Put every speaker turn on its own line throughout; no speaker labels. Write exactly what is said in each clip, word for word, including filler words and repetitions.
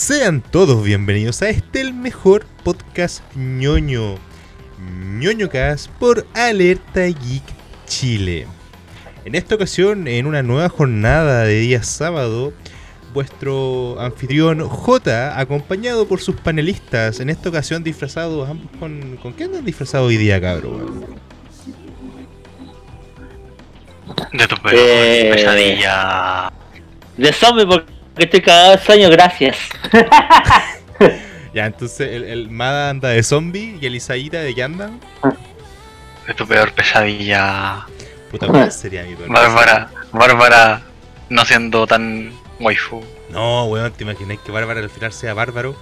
Sean todos bienvenidos a este, el mejor podcast ñoño, ñoñocast por Alerta Geek Chile. En esta ocasión, en una nueva jornada de día sábado, vuestro anfitrión J, acompañado por sus panelistas, en esta ocasión disfrazados ambos con... ¿Con qué andan disfrazados hoy día, cabrón?
De tu peor
Eh,
pesadilla.
De zombie porque estoy cagado de sueño, gracias.
Ya, entonces el, el Mada anda de zombie y el Isaíta de qué andan.
De tu peor pesadilla.
Puta, ¿cuál sería mi peor
Bárbara, Bárbara no siendo tan waifu.
No, weón, ¿te imaginas que Bárbara al final sea bárbaro?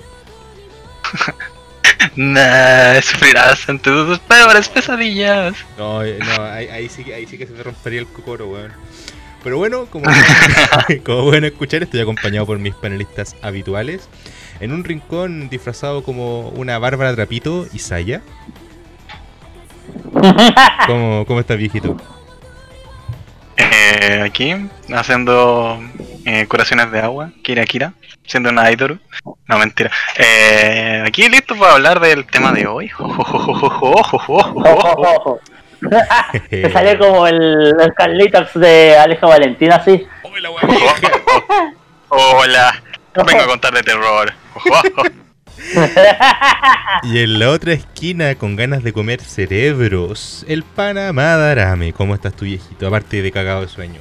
Nah, sufrirás ante tus peores pesadillas.
No, eh, no, ahí, ahí, sí, que- ahí sí que se te rompería el cocoro, weón. Pero bueno, como, como pueden escuchar, estoy acompañado por mis panelistas habituales. En un rincón disfrazado como una Bárbara Trapito, Isaya. ¿Cómo, cómo estás, viejito?
Eh, aquí, haciendo eh, curaciones de agua, Kira Kira, siendo una idol. No, mentira. Eh, aquí listo para hablar del tema de hoy.
Te salió como el, el Carlitos de Alejo Valentín, así.
Hola, weón.
Hola, vengo a contar de terror.
Y en la otra esquina, con ganas de comer cerebros, el pana Madarame. ¿Cómo estás tú, viejito? Aparte de cagado de sueño.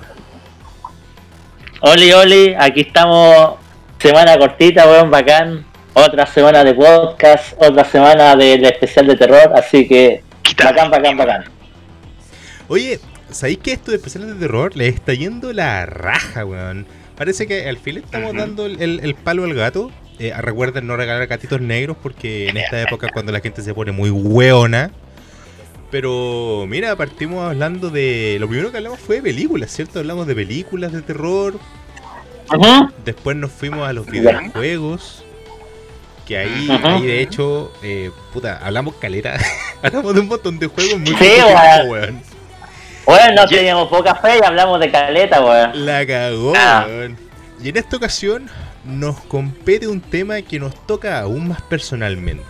Oli, Oli, aquí estamos. Semana cortita, weón, bacán. Otra semana de podcast, otra semana del especial de terror, así que bacán, bacán, bacán.
Oye, ¿sabéis que esto de especiales de terror le está yendo la raja, weón? Parece que al fin le estamos
Ujú.
dando el, el- el palo al gato. Eh, recuerden no regalar gatitos negros porque en esta época cuando la gente se pone muy weona. Pero mira, partimos hablando de... Lo primero que hablamos fue de películas, ¿cierto? Hablamos de películas de terror.
Ujú.
Después nos fuimos a los videojuegos. Que ahí,
Ujú.
ahí de hecho, eh, puta, hablamos caleta. Hablamos de un montón de juegos muy
Sí,
poco tiempo,
weón.
weón.
Bueno, no
Ye-
teníamos poca fe y hablamos de caleta, weón.
La cagó,
Ah.
weón. Y en esta ocasión nos compete un tema que nos toca aún más personalmente.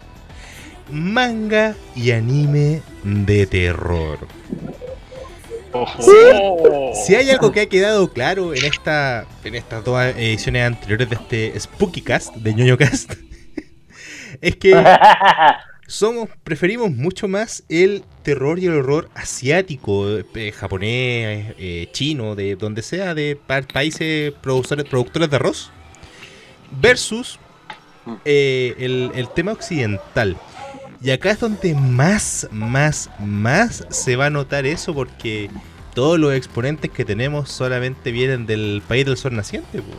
Manga y anime de terror. Si hay algo que ha quedado claro en esta en estas dos ediciones anteriores de este Spooky Cast, de ñoño cast, es que somos preferimos mucho más el terror y el horror asiático, eh, japonés, eh, chino, de donde sea, de pa- países productores, productores de arroz, versus eh, el, el tema occidental. Y acá es donde más, más, más se va a notar eso, porque todos los exponentes que tenemos solamente vienen del país del sol naciente, po.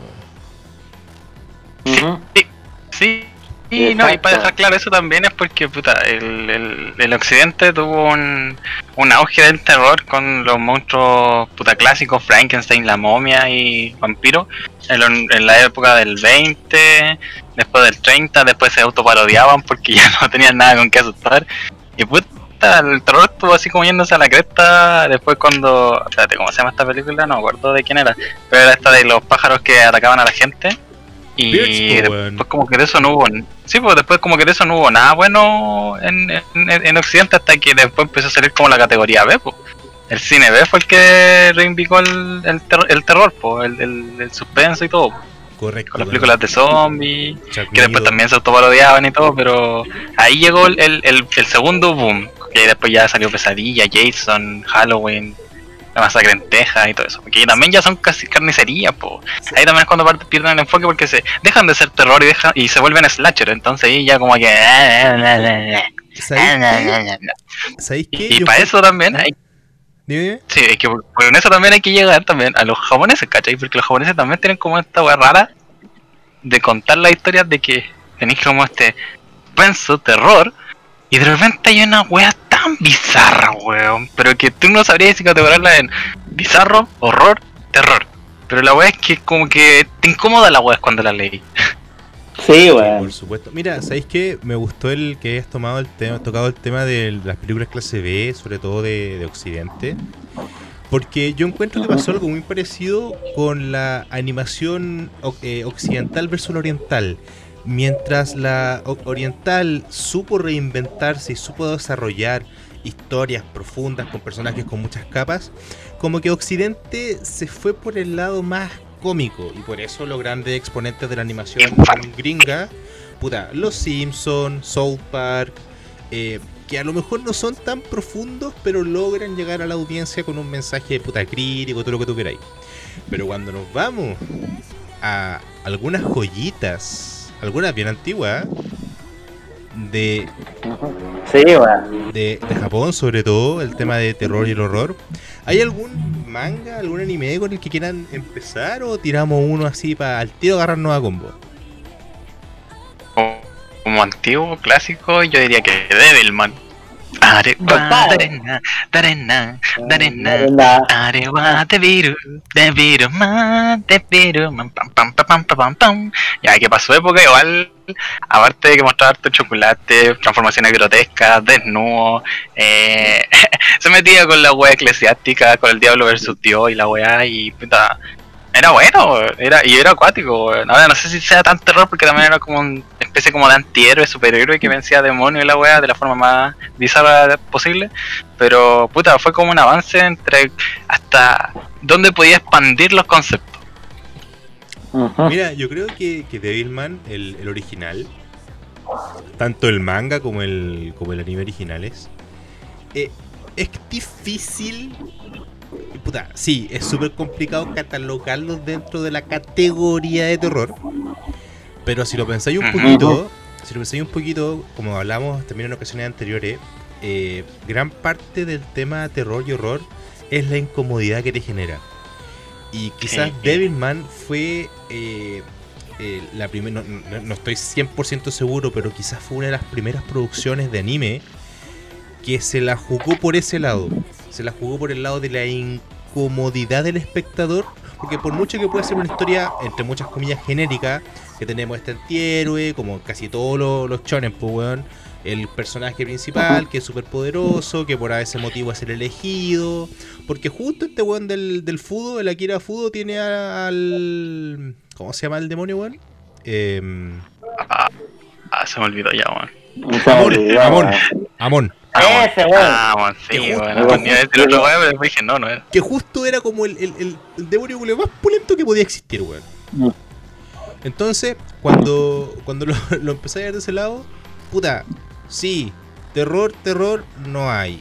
Ujú.
Sí, y no, y
Exacto.
para dejar claro eso también es porque puta, el, el, el occidente tuvo un, un auge del terror con los monstruos puta clásicos, Frankenstein, la momia y vampiro, en, lo- en la época del veinte, después del treinta, después se autoparodiaban porque ya no tenían nada con qué asustar, y puta, el terror estuvo así como yéndose a la cresta después cuando, espérate, ¿cómo se llama esta película? No me acuerdo de quién era, pero era esta de los pájaros que atacaban a la gente. Y
Birds, po,
después
weón.
como que de eso no hubo... Sí, pues después como que de eso no hubo nada bueno en, en, en Occidente hasta que después empezó a salir como la categoría B, pues. El cine B fue el que reivindicó el, el, ter- el terror, pues, el, el, el suspenso y todo, po,
Correcto.
con las
bueno,
películas de zombies,
Chuck
que después
Meadow.
también se autoparodiaban y todo, pero ahí llegó el, el, el, el segundo boom, que después ya salió Pesadilla, Jason, Halloween, La Masacre en Texas y todo eso, porque también ya son casi carnicerías, po. Ahí también es cuando parte- pierden el enfoque porque se dejan de ser terror y dejan y se vuelven slasher, entonces ahí ya como que...
¿Sabéis qué? ¿Sabéis qué?
Y
Yo
para
encuentro-
eso también hay...
Dime, dime.
Sí, es que por- con eso también hay que llegar también a los japoneses, ¿cachai? Porque los japoneses también tienen como esta wea rara de contar las historias de que tenéis como este penso, terror, y de repente hay una wea tan bizarra, weón, pero que tú no sabrías si categorarla en bizarro, horror, terror. Pero la wea es que como que te incomoda la wea cuando la leí.
Sí,
Sí,
weón.
por supuesto. Mira, ¿sabéis qué? Me gustó el que hayas tomado el tema, tocado el tema de las películas clase B, sobre todo de, de Occidente. Porque yo encuentro que pasó algo muy parecido con la animación eh, occidental versus la oriental. Mientras la oriental supo reinventarse y supo desarrollar historias profundas con personajes con muchas capas, como que Occidente se fue por el lado más cómico, y por eso los grandes exponentes de la animación gringa, puta, los Simpsons, South Park, eh, que a lo mejor no son tan profundos, pero logran llegar a la audiencia con un mensaje de puta crítico, todo lo que tú queráis. Pero cuando nos vamos a algunas joyitas, algunas bien antiguas, de,
sí, bueno.
de, de Japón, sobre todo, el tema de terror y el horror, ¿hay algún manga, algún anime con el que quieran empezar, o tiramos uno así para al tiro agarrarnos a combo?
Como antiguo, clásico, yo diría que Devilman. Arewa, darena, darena, darena, arewa, debiru, debiru, man, debiru, man, pam, pam, pam, pam, pam, pam. Ya que pasó época igual, aparte de que mostraba harto chocolate, transformaciones grotescas, desnudo, eh, se metía con la wea eclesiástica, con el diablo versus Dios y la wea, y puta, era bueno, era, y era acuático. Ahora no sé si sea tan terror, porque también era como una especie como de antihéroe, superhéroe que vencía demonios y la wea de la forma más bizarra posible. Pero puta, fue como un avance entre hasta dónde podía expandir los conceptos.
Uh-huh. Mira, yo creo que, que Devilman, el, el original, tanto el manga como el, como el anime originales, eh, es difícil. Puta, sí, es súper complicado catalogarlos dentro de la categoría de terror. Pero si lo pensáis un poquito, si lo pensáis un poquito, como hablamos también en ocasiones anteriores, eh, gran parte del tema terror y horror es la incomodidad que te genera. Y quizás Devilman fue eh, eh, la primera, no, no, no estoy cien por ciento seguro, pero quizás fue una de las primeras producciones de anime que se la jugó por ese lado. Se la jugó por el lado de la incomodidad del espectador, porque por mucho que pueda ser una historia, entre muchas comillas, genérica, que tenemos este antihéroe, como casi todos los, los shonen, pues, weón, el personaje principal, que es súper poderoso, que por ese motivo es el elegido, porque justo este weón del, del Fudo, el Akira Fudo, tiene al... ¿cómo se llama el demonio, weón? Eh...
Ah, ah, se me olvidó ya, weón.
Amón, Amón, Amón.
Ese, weón.
Ah, bueno, sí,
que
bueno. Justo, tenía el otro weón, pero después dije, no, no era.
Que justo era como el, el, el, el demonio más pulento que podía existir, weón. Entonces, cuando, cuando lo, lo empecé a ver de ese lado, puta, sí, terror, terror, no hay.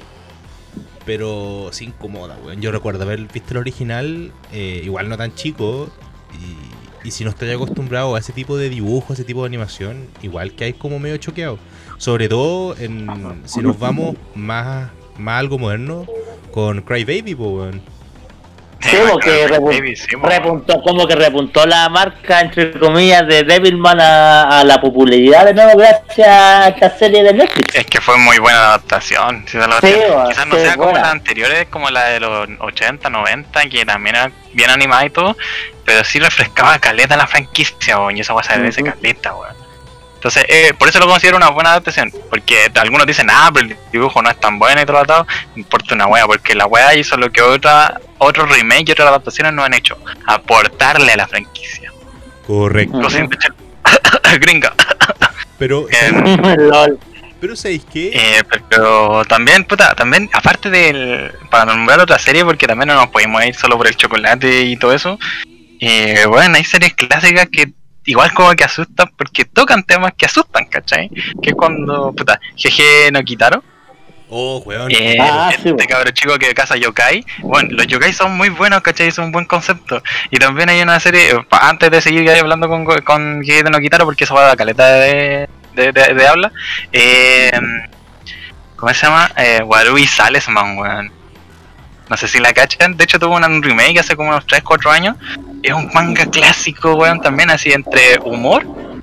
Pero se incomoda, weón. Yo recuerdo haber visto el original, eh, igual no tan chico, y, y si no estoy acostumbrado a ese tipo de dibujo, a ese tipo de animación, igual que hay como medio choqueado. Sobre todo en, si nos vamos más, más algo moderno, con Crybaby, po, weón.
Sí, porque repuntó, repuntó, como que repuntó la marca, entre comillas, de Devilman a, a la popularidad de nuevo gracias a esta serie de Netflix.
Es que fue muy buena adaptación. Si la
sí,
quizás no sea como buena. Las anteriores, como la de los ochenta, noventa, que también era bien animada y todo, pero sí refrescaba caleta la franquicia, weón, y esa cosa de ese caleta, weón. Entonces, eh, por eso lo considero una buena adaptación, porque algunos dicen, ah, pero el dibujo no es tan bueno y todo lo no importa una wea, porque la wea hizo lo que otra, otros remake y otras adaptaciones no han hecho, aportarle a la franquicia.
Correcto.
Lo siento, gringa.
Pero,
eh,
pero ¿sabéis qué?
Eh, pero también, puta, también, aparte del, para nombrar otra serie, porque también no nos podemos ir solo por el chocolate y todo eso, eh, bueno, hay series clásicas que igual como que asustan porque tocan temas que asustan, ¿cachai? Que es cuando, puta, Jeje no Kitaro.
Oh, weón.
Eh,
ah,
este sí, cabrón chico que caza yokai. Bueno, los yokai son muy buenos, ¿cachai? Es un buen concepto. Y también hay una serie, antes de seguir hablando con, con Jeje no Kitaro, porque eso va a la caleta de, de, de, de habla. Eh, ¿Cómo se llama? Eh, Warui Salesman, weón. No sé si la cachan, de hecho tuvo un remake hace como unos tres cuatro años. Es un manga clásico, weón, también así entre humor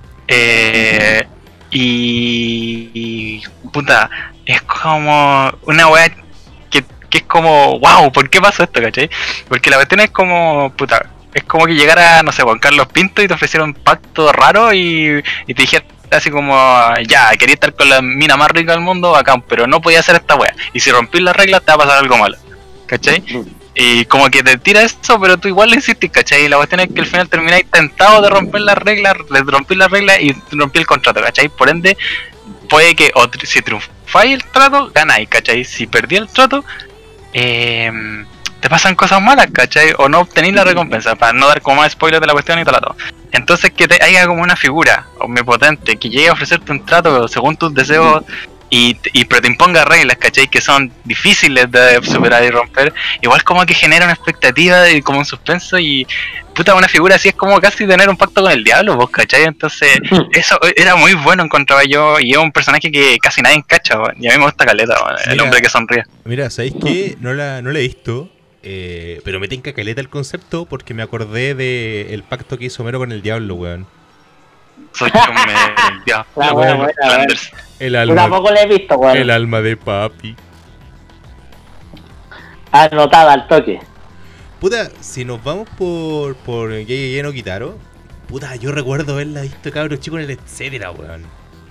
eh, y, y puta, es como una weá que, que es como, wow, ¿por qué pasó esto, cachai? Porque la cuestión es como, puta, es como que llegara, no sé, Juan Carlos Pinto y te ofreciera un pacto raro y, y te dijera así como, ya, quería estar con la mina más rica del mundo, acá, pero no podía hacer esta weá. Y si rompís las reglas te va a pasar algo malo. ¿Cachai? Y como que te tira eso, pero tú igual le insistís, ¿cachai? Y la cuestión es que al final termináis tentado de romper las reglas, de romper las reglas y rompí el contrato, ¿cachai? Por ende, puede que o tri- si triunfáis el trato, ganáis, ¿cachai? Si perdí el trato, eh, te pasan cosas malas, ¿cachai? O no obtenéis la recompensa, para no dar como más spoiler de la cuestión y todo. Entonces que te haya como una figura omnipotente que llegue a ofrecerte un trato según tus deseos y, y pero te imponga reglas, ¿cachai? Que son difíciles de superar y romper, igual como que genera una expectativa y como un suspenso y puta, una figura así es como casi tener un pacto con el diablo, vos, ¿cachai? Entonces eso era muy bueno, encontraba yo, y es un personaje que casi nadie encacha, weón, y a mí me gusta caleta, weón, el
Mira,
hombre que sonríe.
Mira, ¿sabéis qué? No la, no la he visto, eh, pero me tinca caleta el concepto porque me acordé de el pacto que hizo Homero con el diablo, weón.
Soy un me- diablo,
La
weón,
buena, buena,
Flanders.
El
Yo
alma,
tampoco lo he visto, weón.
el alma de papi.
Anotada al toque.
Puta, si nos vamos por, por Gege no Kitaro, puta, yo recuerdo haberla visto cabros chicos en el etcétera, weón.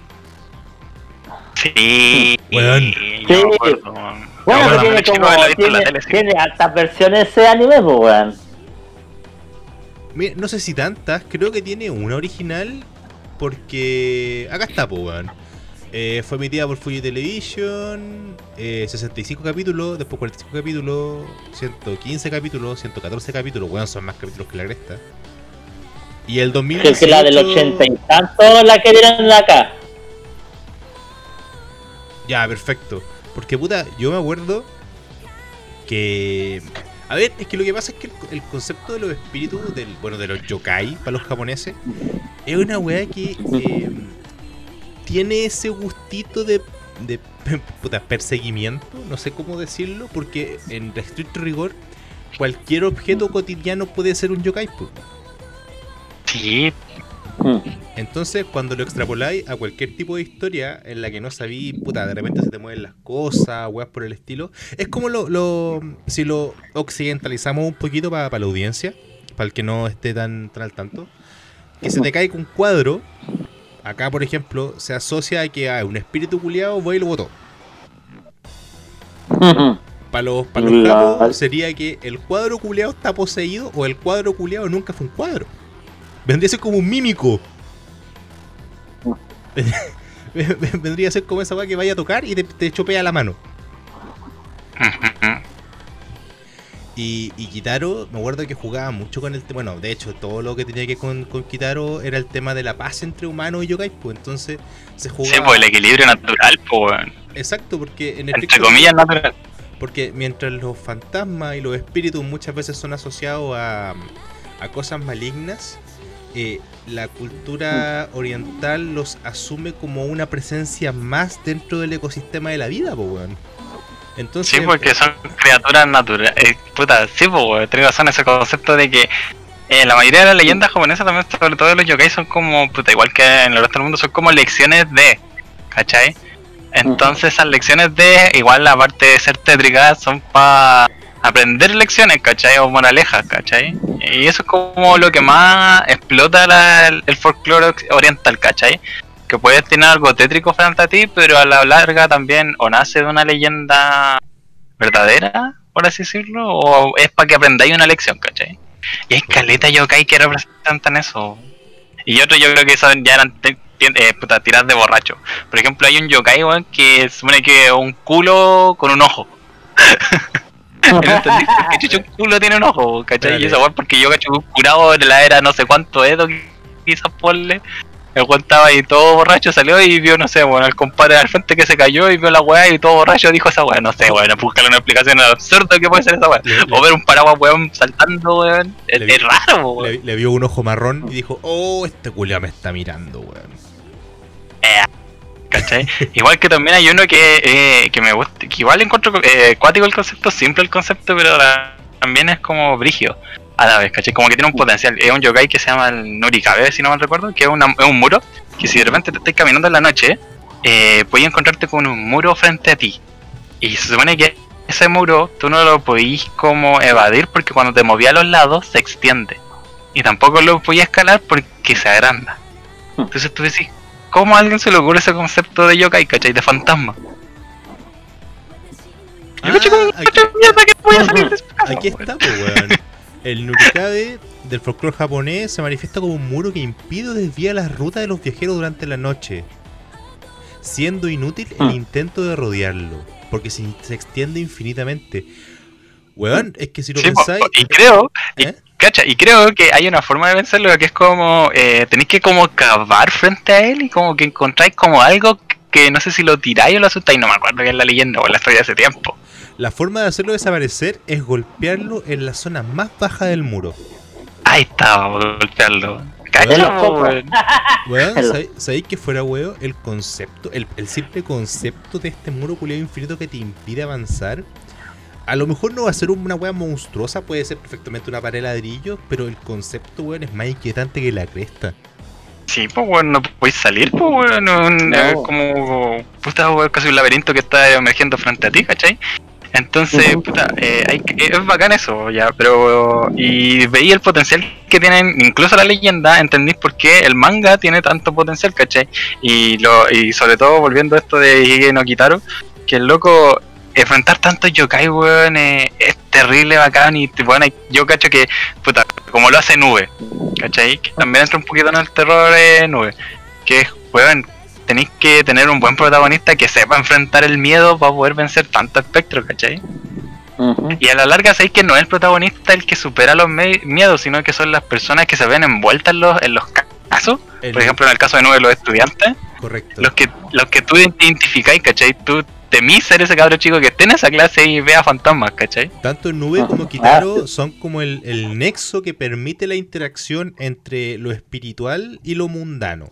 Sí,
Weón.
yo
Sí.
me acuerdo, weón.
Bueno,
Yo
que
cuando
tiene,
era chico
como,
haberla visto en la
tiene,
tele, sí.
tiene altas versiones ese anime, pues, weón.
Mira, no sé si tantas, creo que tiene una original porque acá está, po, weón. Eh, fue emitida por Fuji Television, eh, sesenta y cinco capítulos, después cuarenta y cinco capítulos, ciento quince capítulos, ciento catorce capítulos, weón, son más capítulos que la cresta. Y el dos mil
Que
dieciocho...
es la del ochenta y tanto la que dieron acá.
Ya, perfecto. Porque puta, yo me acuerdo que... A ver, es que lo que pasa es que el, el concepto de los espíritus, del, bueno, de los yokai para los japoneses, es una weá que eh, tiene ese gustito de, de puta, perseguimiento, no sé cómo decirlo, porque en estricto rigor, cualquier objeto cotidiano puede ser un yokai, pues.
Sí,
Entonces, cuando lo extrapoláis a cualquier tipo de historia en la que no sabí, puta, de repente se te mueven las cosas, weas por el estilo, es como lo, lo si lo occidentalizamos un poquito para pa la audiencia, para el que no esté tan, tan al tanto, que se te cae con un cuadro, acá por ejemplo, se asocia a que hay un espíritu culiado, voy y lo botó. Para los, pa los japos sería que el cuadro culiado está poseído o el cuadro culiado nunca fue un cuadro. Vendría a ser como un mímico. Vendría a ser como esa weá que vaya a tocar y te, te chopea la mano. Y, y Kitaro, me acuerdo que jugaba mucho con el tema. Bueno, de hecho, todo lo que tenía que ver con, con Kitaro era el tema de la paz entre humanos y yokai, pues entonces se jugaba.
sí, pues el equilibrio natural, pues, weón.
Exacto, porque en el
Entre comillas natural.
Porque mientras los fantasmas y los espíritus muchas veces son asociados a, a cosas malignas, eh, la cultura oriental los asume como una presencia más dentro del ecosistema de la vida, po, weón. Entonces,
Sí, porque son criaturas naturales. Eh, puta, sí, pues, weón, tenés razón ese concepto de que eh, la mayoría de las leyendas japonesas también, sobre todo de los yokai, son como, puta, igual que en el resto del mundo, son como lecciones de, ¿cachai? Entonces esas lecciones de, igual aparte de ser tétricas, son para aprender lecciones, ¿cachai? O moralejas, ¿cachai? Y eso es como lo que más explota la, el, el folclore oriental, ¿cachai? Que puedes tener algo tétrico frente a ti, pero a la larga también o nace de una leyenda verdadera, por así decirlo, o es para que aprendáis una lección, ¿cachai? Y hay caleta yokai que representan eso. Y otros yo creo que son, ya eran te, eh, puta, tiras de borracho. Por ejemplo, hay un yokai, weón, que se supone que es un culo con un ojo. ¿No entendiste? Que chucho un culo tiene un ojo, ¿cachai?
Dale.
Y eso, weón, porque yo cacho un curado de la era no sé cuánto Edo, quizás ponle. El weón estaba ahí todo borracho, salió y vio, no sé, bueno, el compadre al frente que se cayó y vio la weá y todo borracho dijo esa weá, no sé, weón, buscarle una explicación absurda que puede ser esa weá.
Le- le-
O ver un paraguas, weón, saltando, weón. Es,
Le-
es raro, weón.
le, le vio un ojo marrón y dijo, oh, este culiao me está mirando, weón.
Eh, ¿Cachai? Igual que también hay uno que, eh, que me gusta, que igual encuentro eh, cuático el concepto, simple el concepto, pero la- también es como brígido a la vez, ¿cachai? Como que tiene un potencial. Es un yokai que se llama el Nurikabe, si no mal recuerdo, que es, una, es un muro, que si de repente te estás caminando en la noche, eh, puedes encontrarte con un muro frente a ti. Y se supone que ese muro tú no lo podís como evadir porque cuando te movías a los lados se extiende. Y tampoco lo podías escalar porque se agranda. Entonces tú decís, ¿cómo a alguien se le ocurre ese concepto de yokai, cachai? De fantasma. Yo
Ah,
cacho como
aquí-
esta mierda que voy a salir de su
aquí está, pues, weón. El Nurikabe del folclore japonés se manifiesta como un muro que impide o desvía las rutas de los viajeros durante la noche, siendo inútil el intento de rodearlo, porque se, se extiende infinitamente. Weón, es que si lo
sí,
pensáis...
Y creo,
¿Eh?
y, cacha, y creo que hay una forma de vencerlo que es como, eh, tenéis que como cavar frente a él y como que encontráis como algo que no sé si lo tiráis o lo asustáis, no me acuerdo que es la leyenda o la historia de hace tiempo.
La forma de hacerlo desaparecer es golpearlo en la zona más baja del muro.
Ahí está, golpearlo. Cacha, weón.
Weón, ¿sabéis, ¿sabéis que fuera, weón? El concepto, el, el simple concepto de este muro culiado infinito que te impide avanzar. A lo mejor no va a ser una weá monstruosa, puede ser perfectamente una pared de ladrillo, pero el concepto, weón, es más inquietante que la cresta.
Sí, pues weón, no podéis salir, pues weón, no, no. Es como puta, weón, casi un laberinto que está emergiendo frente a ti, ¿cachai? Entonces, uh-huh. puta, eh, hay, es bacán eso, ya, pero... Y veí el potencial que tienen, incluso la leyenda, entendís por qué el manga tiene tanto potencial, ¿cachai? Y, lo, y sobre todo, volviendo a esto de Hige no Kitaro, que el loco... Enfrentar tantos yokai, weón, eh, es terrible, bacán. Y bueno, yo cacho que, puta, como lo hace Nube, ¿cachai? Que también entra un poquito en el terror de eh, Nube. Que es, weón, tenéis que tener un buen protagonista que sepa enfrentar el miedo para poder vencer tanto espectro, ¿cachai? Uh-huh. Y a la larga, sabéis que no es el protagonista el que supera los me- miedos, sino que son las personas que se ven envueltas en los, en los casos. El... Por ejemplo, en el caso de Nube, los estudiantes.
Correcto. Los
que, los que tú identificáis, ¿cachai? Tú temí ser ese cabro chico que esté en esa clase y vea fantasmas, ¿cachai?
Tanto Nube como Kitaro son como el, el nexo que permite la interacción entre lo espiritual y lo mundano.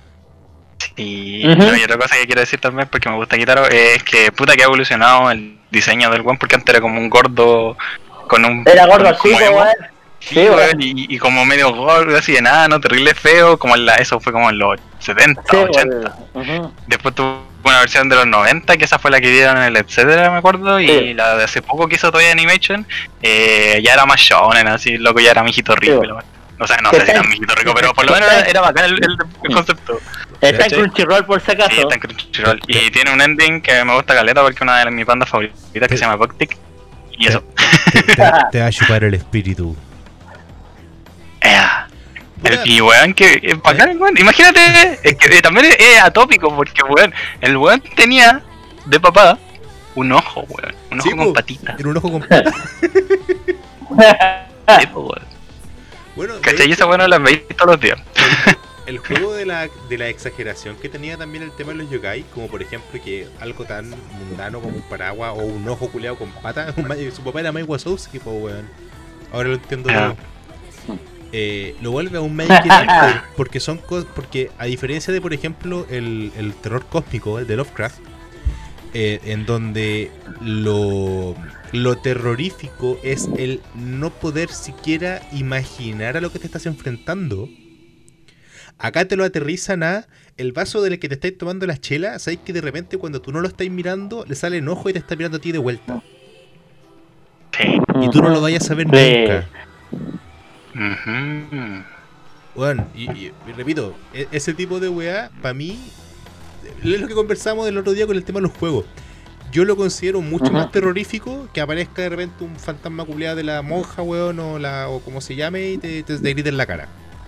Sí, uh-huh. No, y otra cosa que quiero decir también, porque me gusta Kitaro, es que puta que ha evolucionado el diseño del weón, porque antes era como un gordo con un...
Era gordo chico, weón.
Sí, weón, y, y como medio gordo, así de nada, no, terrible feo, como en la, eso fue como en los setenta, sí, ochenta. Uh-huh. Después tuvo una versión de los noventa, que esa fue la que dieron en el etcétera, me acuerdo, sí. Y la de hace poco que hizo Toei Animation, eh, ya era más shonen, así, loco, ya era mijito rico. Sí. O sea, no sé si era mijito rico, pero por lo menos era, era bacán el, el, el concepto.
Está en Crunchyroll por si acaso.
Sí, está en Crunchyroll. Y tiene un ending que me gusta caleta porque es una de mis bandas favoritas que se llama Boktik. Y eso.
Te, te, te va a chupar el espíritu.
Yeah. El, y weón, que es bacán, weón. Imagínate, es que eh, también es, es atópico porque weón, el weón tenía de papá un ojo, weón. Un ojo sí, con patita.
Era un ojo con patita.
Sí, weón. Bueno, ¿cachai? Y esa weón la veis todos los días.
El, el juego de la, de la exageración que tenía también el tema de los yokai, como por ejemplo que algo tan mundano como un paraguas o un ojo culeado con pata. Su papá era Mike Wazowski, pues weón. Ahora lo entiendo yo. Eh, lo vuelve aún más inquietante porque son cosas, porque a diferencia de por ejemplo el, el terror cósmico, el de Lovecraft, eh, en donde lo, lo terrorífico es el no poder siquiera imaginar a lo que te estás enfrentando, acá te lo aterrizan a el vaso del que te estáis tomando la chela, sabéis que de repente cuando tú no lo estáis mirando le sale enojo y te está mirando a ti de vuelta y tú no lo vayas a ver nunca.
Uh-huh.
Bueno, y, y, y repito, ese tipo de weá, para mí, es lo que conversamos el otro día con el tema de los juegos. Yo lo considero mucho uh-huh. más terrorífico que aparezca de repente un fantasma culiado de la monja, weón, o, la, o como se llame, y te, te, te grite en la cara.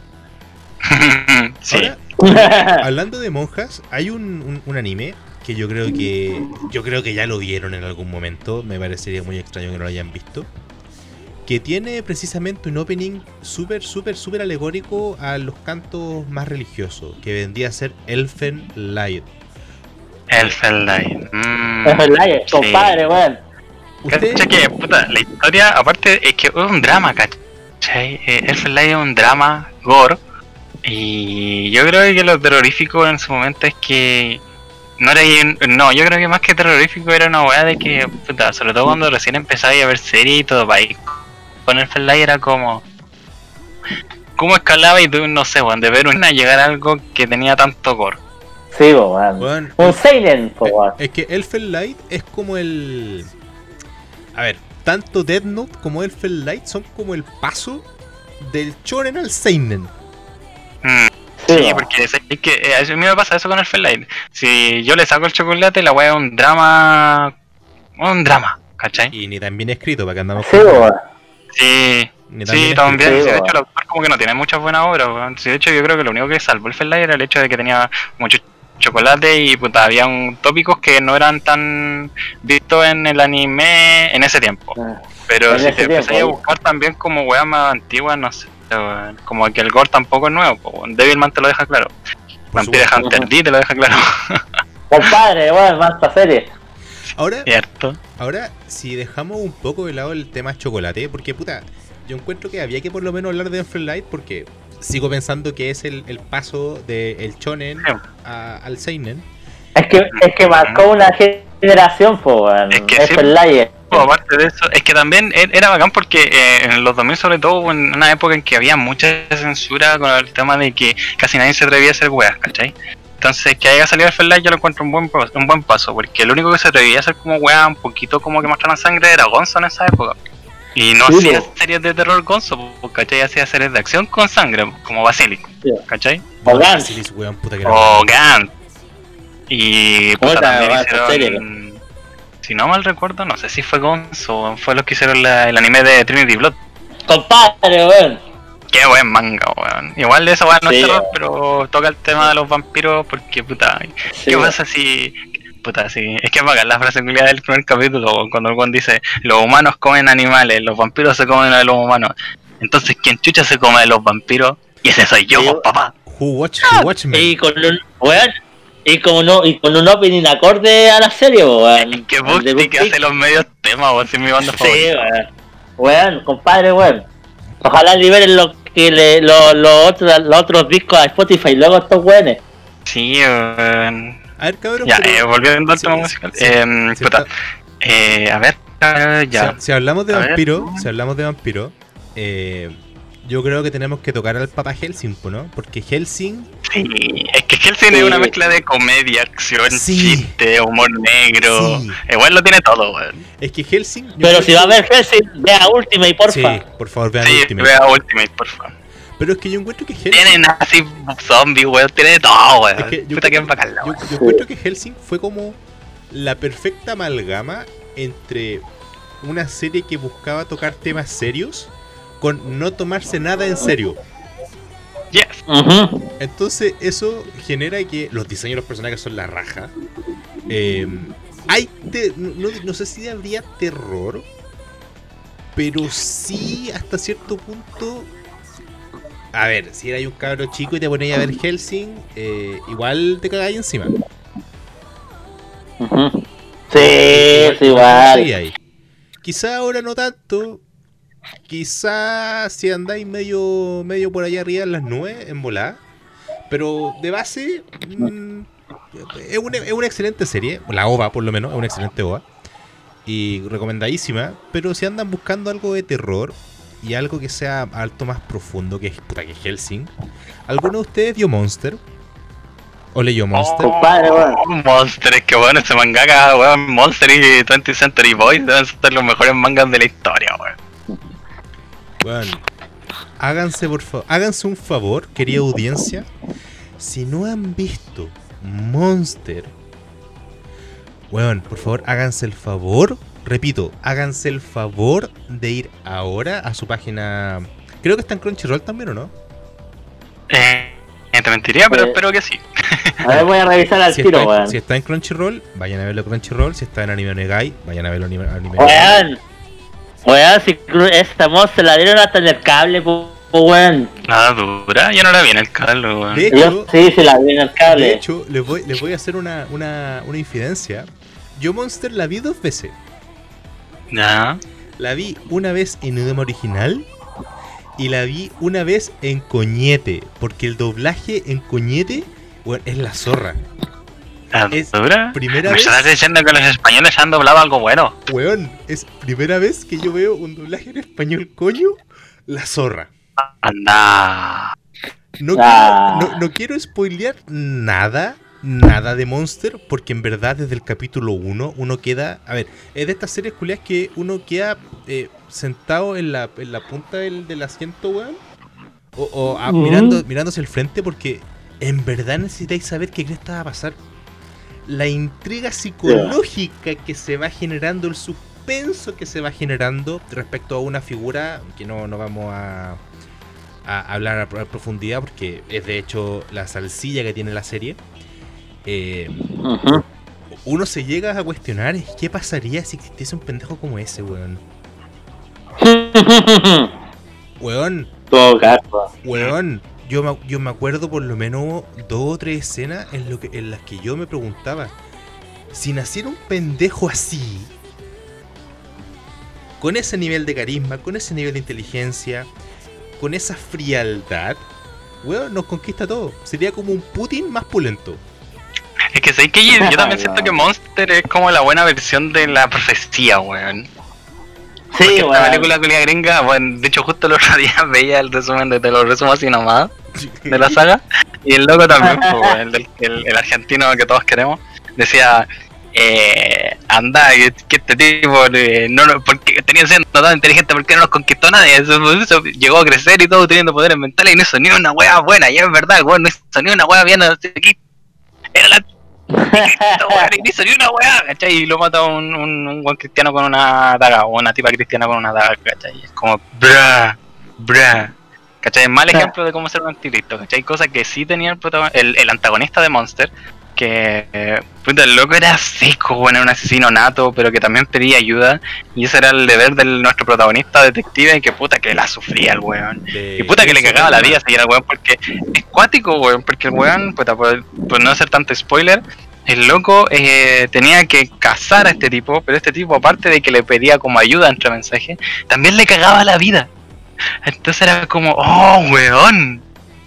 Sí.
Ahora, hablando de monjas, hay un, un, un anime que yo creo que yo creo que ya lo vieron en algún momento. Me parecería muy extraño que no lo hayan visto. Que tiene precisamente un opening súper, súper, súper alegórico a los cantos más religiosos, que vendría a ser Elfen Lied.
Elfen Lied. Mm,
Elfen Lied, compadre, weón.
¿Cachai que, puta, la historia, aparte, es que es un drama, ¿cachai? Eh, Elfen Lied es un drama, gore, y yo creo que lo terrorífico en su momento es que no era, no, yo creo que más que terrorífico era una weá de que, puta, sobre todo cuando recién empezaba a ver series y todo, país. Con el Flight era como cómo escalaba y tú, no sé, weón, de ver una llegar a algo que tenía tanto gore.
Sí, weón. Bueno, un seinen, weón.
Es que Elfen Lied es como el... A ver, tanto Death Note como Elfen Lied son como el paso del shonen al seinen.
Mm, sí, sí, porque es que eh, a mí me pasa eso con Elfen Lied. Si yo le saco el chocolate, la weá es un drama... Un drama. ¿cachai?
Y ni tan bien escrito, para que andamos
Sí,
con...
weón.
Sí,
Ni tan
sí,
bien
también.
escrito.
Sí, de
Sí,
hecho, el autor como que no tiene muchas buenas obras, weón. Sí, de hecho, yo creo que lo único que salvó el Felight era el hecho de que tenía mucho chocolate y puta, había un, tópicos que no eran tan vistos en el anime en ese tiempo.
Ah,
Pero
en
si
ese
te empezás
tiempo,
a buscar también como weas más antiguas, no sé, weón, como que el gore tampoco es nuevo, po, weón. Devilman te lo deja claro.
Por
Vampire
supuesto.
Hunter D te lo deja claro.
Compadre, weón, más esta serie.
Ahora,
Cierto.
ahora, si dejamos un poco de lado el tema chocolate, porque puta, yo encuentro que había que por lo menos hablar de Enfront Light, porque sigo pensando que es el, el paso del shonen
Sí.
a- al seinen.
Es que, es que marcó una generación, po, weón.
Es que
Es
sí.
el Layer.
Oh, aparte de eso, es que también e- era bacán porque eh, en los dos mil sobre todo hubo en una época en que había mucha censura con el tema de que casi nadie se atrevía a hacer weas, ¿cachai? Entonces que haya salido el Fairlight yo lo encuentro un buen, pas- un buen paso, porque el único que se atrevía a hacer como weas un poquito como que mostraran sangre era Gonzo en esa época. Y no
Sí,
hacía
po.
series de terror Gonzo, po, ¿cachai? Hacía series de acción con sangre, como Basilic,
Sí.
¿cachai?
O
No,
Gantz.
Basilis, weón, puta que era
O
bueno.
Gantz. Y puta,
Puta,
también
va, esa
hicieron, si no mal recuerdo, no sé si fue Gonzo o fue los que hicieron la- el anime de Trinity Blood.
Compadre, weón.
Qué buen manga, weón. Igual de esa weón no
Sí,
es terror,
weón.
pero toca el tema de los vampiros porque, puta,
Sí,
¿qué
weón.
pasa si... Puta, sí, es que es bacán la frase culiada del primer capítulo, weón, cuando el weón dice, los humanos comen animales, los vampiros se comen a los humanos. Entonces, ¿quién chucha se come a los vampiros? Y ese soy yo,
Sí,
pues, papá.
Who watch, who watch me.
Y con un, weón, y con, un, y con un opening acorde a la serie, weón.
Es que
El de
Bugsy
Big
que
Big.
hace los medios temas, weón, si es mi banda
Sí,
favorita.
weón. Weón, compadre, weón. Ojalá liberen lo que le, lo, lo otro, los otros discos a Spotify y luego estos weones.
Sí, weón.
A ver, cabrón,
Ya,
pero-
eh, volviendo al
Sí,
tema
sí,
musical.
sí,
eh,
sí,
puta,
está-
eh, a ver, eh, ya.
Si, si hablamos de
A ver.
vampiro, si hablamos de vampiro, eh, yo creo que tenemos que tocar al Papa Helsing, po, ¿no? Porque Helsing,
Sí, es que Hellsing
Sí.
es una mezcla de comedia, acción,
Sí.
chiste, humor negro.
Sí.
Igual lo tiene todo, weón.
es que Helsing... yo
Pero
creo
si va a
que-
haber Hellsing, vea Ultimate, porfa.
Sí, por favor, vean
Sí,
Ultimate.
vea Ultimate, por favor.
Pero es que yo encuentro que Helsing...
Tienen así zombies, weón, tiene todo, weón.
Es que yo,
Puta que
encuentro-
bacán la
yo,
weón.
yo encuentro que Helsing fue como la perfecta amalgama entre una serie que buscaba tocar temas serios con no tomarse nada en serio.
Yes.
Ujú.
Entonces eso genera que los diseños de los personajes son la raja. Eh, hay te- no, no sé si habría terror, pero sí hasta cierto punto. A ver, si eras un cabro chico y te ponías a ver Helsing, eh, igual te cagáis encima.
Ujú. Sí, es igual.
Sí hay. Quizá ahora no tanto. Quizá si andáis medio medio por allá arriba en las nubes, en volada. Pero de base, mm, es, una, es una excelente serie. La O V A, por lo menos, es una excelente O V A. Y recomendadísima. Pero si andan buscando algo de terror y algo que sea alto más profundo, que es puta que Helsing. ¿Alguno de ustedes vio Monster? ¿O leyó Monster?
Compadre, weón.
Oh, Monster, es que bueno, ese mangaka, weón, Monster y twentieth Century Boys deben ser los mejores mangas de la historia, weón.
Bueno, háganse por favor, háganse un favor, querida audiencia. Si no han visto Monster, weón, por favor, háganse el favor, repito, háganse el favor de ir ahora a su página. Creo que está en Crunchyroll también, ¿o no?
Eh, te mentiría, pero
Eh,
espero que sí.
A ver, voy a revisar al
Si
tiro,
está, en,
weón.
si está en Crunchyroll, vayan a verlo en Crunchyroll. Si está en Anime Onegai, vayan a verlo en Anime Onegai.
Weón. Weón, si cru- esta voz se la dieron hasta en el cable, po, po, weón.
Nada dura, yo no la vi en el cable, weón.
De
Yo
hecho,
sí, se la dieron en el
de
cable.
hecho les, voy, les voy a hacer una, una, una infidencia. Yo Monster la vi dos veces.
Ya.
La vi una vez en idioma original y la vi una vez en coñete, porque el doblaje en coñete, bueno, es la zorra.
¿Nada
Es
dura?
primera
Me
vez,
estás diciendo que los españoles han doblado algo bueno.
weón, es primera vez que yo veo un doblaje en español coño, la zorra.
Anda.
No,
Ah.
quiero, no, no quiero spoilear nada, nada de Monster, porque en verdad desde el capítulo uno uno queda... A ver, es de estas series culiadas que uno queda eh, sentado en la, en la punta del, del asiento, weón. O, o ah,
Mm.
mirando, mirándose el frente porque en verdad necesitáis saber qué cresta va a pasar. La intriga psicológica que se va generando, el, sus- suspenso que se va generando respecto a una figura que no, no vamos a, a hablar a, a profundidad porque es de hecho la salsilla que tiene la serie. Eh, uh-huh. Uno se llega a cuestionar qué pasaría si existiese un pendejo como ese, weón. Weón.
Todo caso.
Weón. Yo me, yo me acuerdo por lo menos dos o tres escenas en, lo que, en las que yo me preguntaba, si naciera un pendejo así, con ese nivel de carisma, con ese nivel de inteligencia, con esa frialdad, weón, nos conquista todo. Sería como un Putin más pulento.
Es que sé que yo, yo también siento que Monster es como la buena versión de la profecía, weón. Sí, weón. La película culia gringa, bueno, de hecho justo el otro día veía el resumen, de, te lo resumo así nomás, de la saga, y el loco también, pues, el, el, el argentino que todos queremos, decía, eh, anda, que, que este tipo, eh, no, no, porque tenía siendo tan inteligente, porque no nos conquistó nadie, eso, eso, llegó a crecer y todo teniendo poderes mentales y no hizo ni una wea buena, y es verdad, weón, no hizo ni una wea bien, aquí, era la... no hizo ni una weá, ¿cachai? Y lo mata un, un, un buen cristiano con una daga, o una tipa cristiana con una daga, ¿cachai? Es como, bra, bra, ¿cachai? Es mal ejemplo de cómo ser un anticristo, ¿cachai? Cosa que sí tenía el, el, el antagonista de Monster, que, eh, puta, el loco era seco, bueno, era un asesino nato, pero que también pedía ayuda, y ese era el deber de nuestro protagonista detective, y que puta que la sufría el weón, de... y puta que le cagaba la vida seguir al weón, porque es cuático, weón, porque el weón, puta, por, por no hacer tanto spoiler, el loco eh, tenía que cazar a este tipo, pero este tipo, aparte de que le pedía como ayuda entre mensajes, también le cagaba la vida. Entonces era como, oh, weón.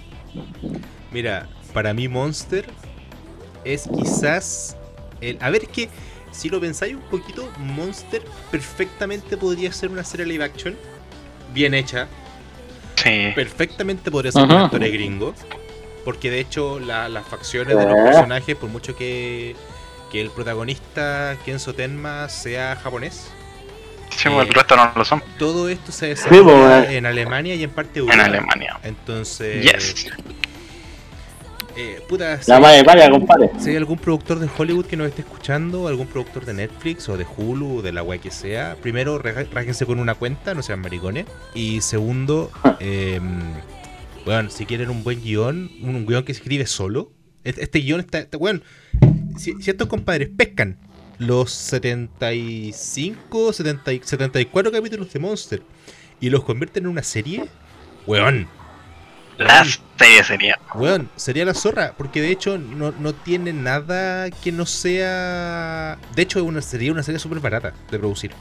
Mira, para mí Monster es quizás el... A ver, es que si lo pensáis un poquito, Monster perfectamente podría ser una serie live action bien hecha.
Sí.
Perfectamente podría ser uh-huh. un actor gringo. Porque de hecho la, las facciones de los personajes, por mucho que, que el protagonista Kenzo Tenma sea japonés,
sí, eh, el resto no lo son.
Todo esto se desarrolla sí, en Alemania y en parte Europa.
En Alemania.
Entonces,
yes.
eh, puta,
si, la madre vaya, compadre.
Si hay algún productor de Hollywood que nos esté escuchando, algún productor de Netflix o de Hulu, de la web que sea, primero rájense con una cuenta, no sean maricones. Y segundo, eh, bueno, si quieren un buen guión, un, un guión que se escribe solo, este, este guión está, está bueno, si, si estos compadres pescan los setenta y cinco, setenta, setenta y cuatro capítulos de Monster y los convierten en una serie, weón.
La serie sería.
Weón, sería la zorra, porque de hecho no, no tiene nada que no sea... De hecho una, sería una serie súper barata de producir.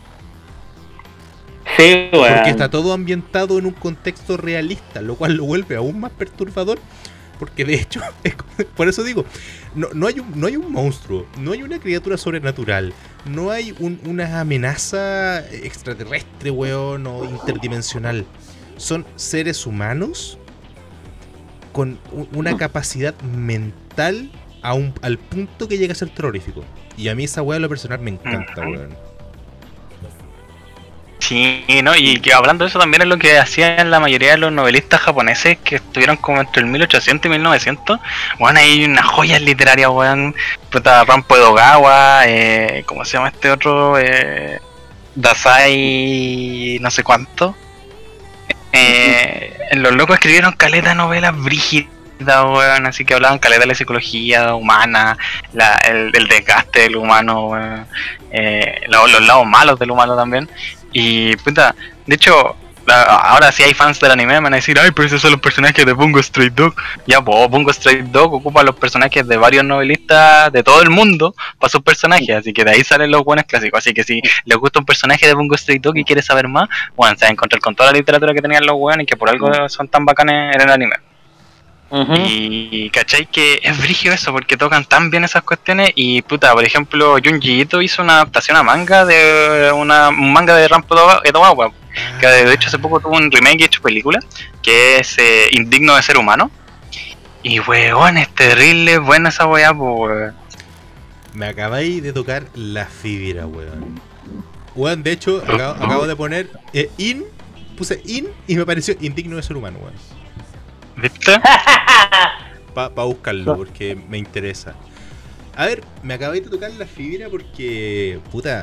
Sí, weón.
Porque está todo ambientado en un contexto realista, lo cual lo vuelve aún más perturbador. Porque de hecho, es, por eso digo, no, no, hay un, no hay un monstruo, no hay una criatura sobrenatural, no hay un, una amenaza extraterrestre, weón, o interdimensional. Son seres humanos con una capacidad mental a un, al punto que llega a ser terrorífico. Y a mí esa weá, lo personal, me encanta, weón.
Sí, no, y que hablando de eso también es lo que hacían la mayoría de los novelistas japoneses que estuvieron como entre el mil ochocientos y mil novecientos. Bueno, hay unas joyas literarias, weón. Puta, Rampo Edogawa, eh, ¿cómo se llama este otro? Eh, Dasai, no sé cuánto. Eh, los locos escribieron caleta de novelas brígidas, weón, así que hablaban caleta de la psicología humana, la, el, el desgaste del humano, weón, eh, los, los lados malos del humano también. Y puta, de hecho, la, ahora si hay fans del anime me van a decir, ay, pero esos son los personajes de Bungo Stray Dog. Ya, pues Bungo Stray Dog ocupa los personajes de varios novelistas de todo el mundo para sus personajes, así que de ahí salen los buenos clásicos. Así que si les gusta un personaje de Bungo Stray Dog y quiere saber más, bueno, se va a encontrar con toda la literatura que tenían los buenos y que por algo son tan bacanes en el anime. Uh-huh. Y cachai que es brígido eso porque tocan tan bien esas cuestiones. Y puta, por ejemplo, Junji Ito hizo una adaptación a manga de una, un manga de Rampo Edogawa, que de hecho hace poco tuvo un remake hecho película, que es eh, Indigno de Ser Humano. Y weón, es terrible buena esa weá, pues.
Me acabáis de tocar la fibra, weón. Weón, de hecho, acabo, acabo de poner eh, in, puse in y me pareció Indigno de Ser Humano, weón.
¿Viste?
Para pa buscarlo, porque me interesa. A ver, me acabé de tocar la fibra porque, puta,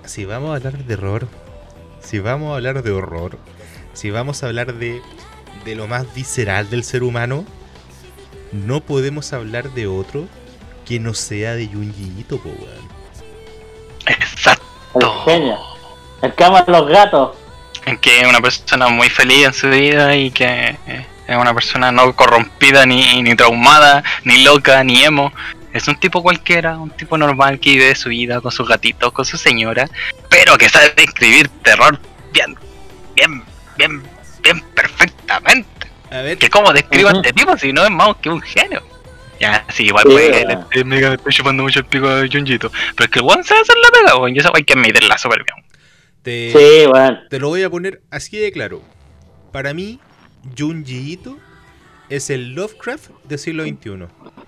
si vamos a hablar de terror, si vamos a hablar de horror, si vamos a hablar de, de lo más visceral del ser humano, no podemos hablar de otro que no sea de Junji Ito, po, weón.
Exacto.
El genio. El que ama a los gatos.
En que es una persona muy feliz en su vida y que es una persona no corrompida, ni, ni traumada, ni loca, ni emo. Es un tipo cualquiera, un tipo normal que vive su vida con sus gatitos, con su señora, pero que sabe escribir terror bien, bien, bien, bien perfectamente.
A ver,
Que cómo describo
uh-huh.
a este tipo si no es más que un genio. Ya, sí, igual
Sí,
pues
bueno.
le, le, le estoy chupando mucho el pico a Junjito, pero es que el one se va a hacer la pega, weón, y eso hay que admitirla súper bien.
te,
Sí, bueno.
te lo voy a poner así de claro. Para mí, Junji Ito es el Lovecraft del siglo veintiuno.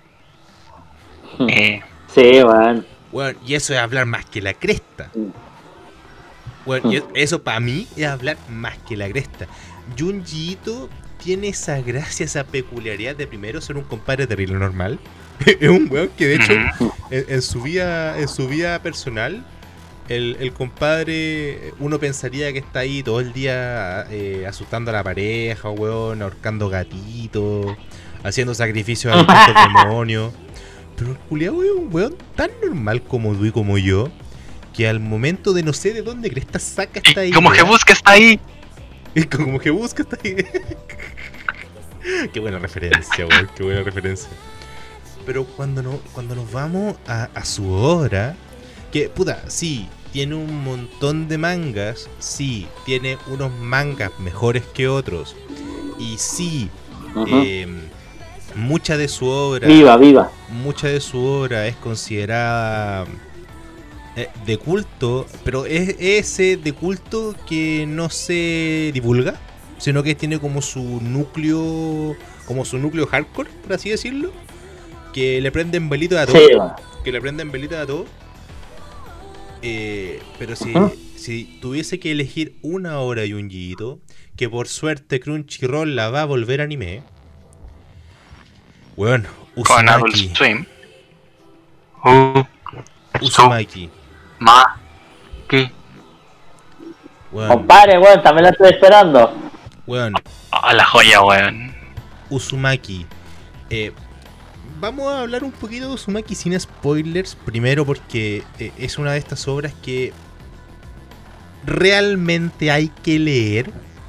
Eh,
Sí, bueno.
Bueno, y eso es hablar más que la cresta. Bueno, y eso para mí es hablar más que la cresta. Junji Ito tiene esa gracia, esa peculiaridad de primero ser un compadre terrible normal. Es un weón que de hecho en, en su vida en su vida personal el, el compadre, uno pensaría que está ahí todo el día eh, asustando a la pareja, weón, ahorcando gatitos, haciendo sacrificios a distintos demonios. Pero el culiao es un weón tan normal como tú y como yo, que al momento de no sé de dónde cresta saca esta
y
idea.
como que busca está ahí.
Y como que busca esta idea. Qué buena referencia, weón, qué buena referencia. Pero cuando, no, cuando nos vamos a, a su obra, que puta, sí, tiene un montón de mangas, sí, tiene unos mangas mejores que otros, y sí,
Uh-huh.
eh, mucha de su obra,
Viva, viva.
mucha de su obra es considerada eh, de culto, pero es ese de culto que no se divulga, sino que tiene como su núcleo, como su núcleo hardcore, por así decirlo, que le prenden velitas a todo,
Sí, bueno.
que le prenden velitas a todo. Eh, pero si,
Ajá.
si tuviese que elegir una obra de Junji Ito, que por suerte Crunchyroll la va a volver anime, bueno,
Con Adult
Uzumaki,
Swim. Uh,
Uzumaki,
Ma. ¿Qué?
weón,
Compadre, weón, también la estoy esperando.
weón,
Oh, la joya, weón.
Uzumaki. Eh, vamos a hablar un poquito de Uzumaki sin spoilers. Primero porque eh, es una de estas obras que realmente hay que leer.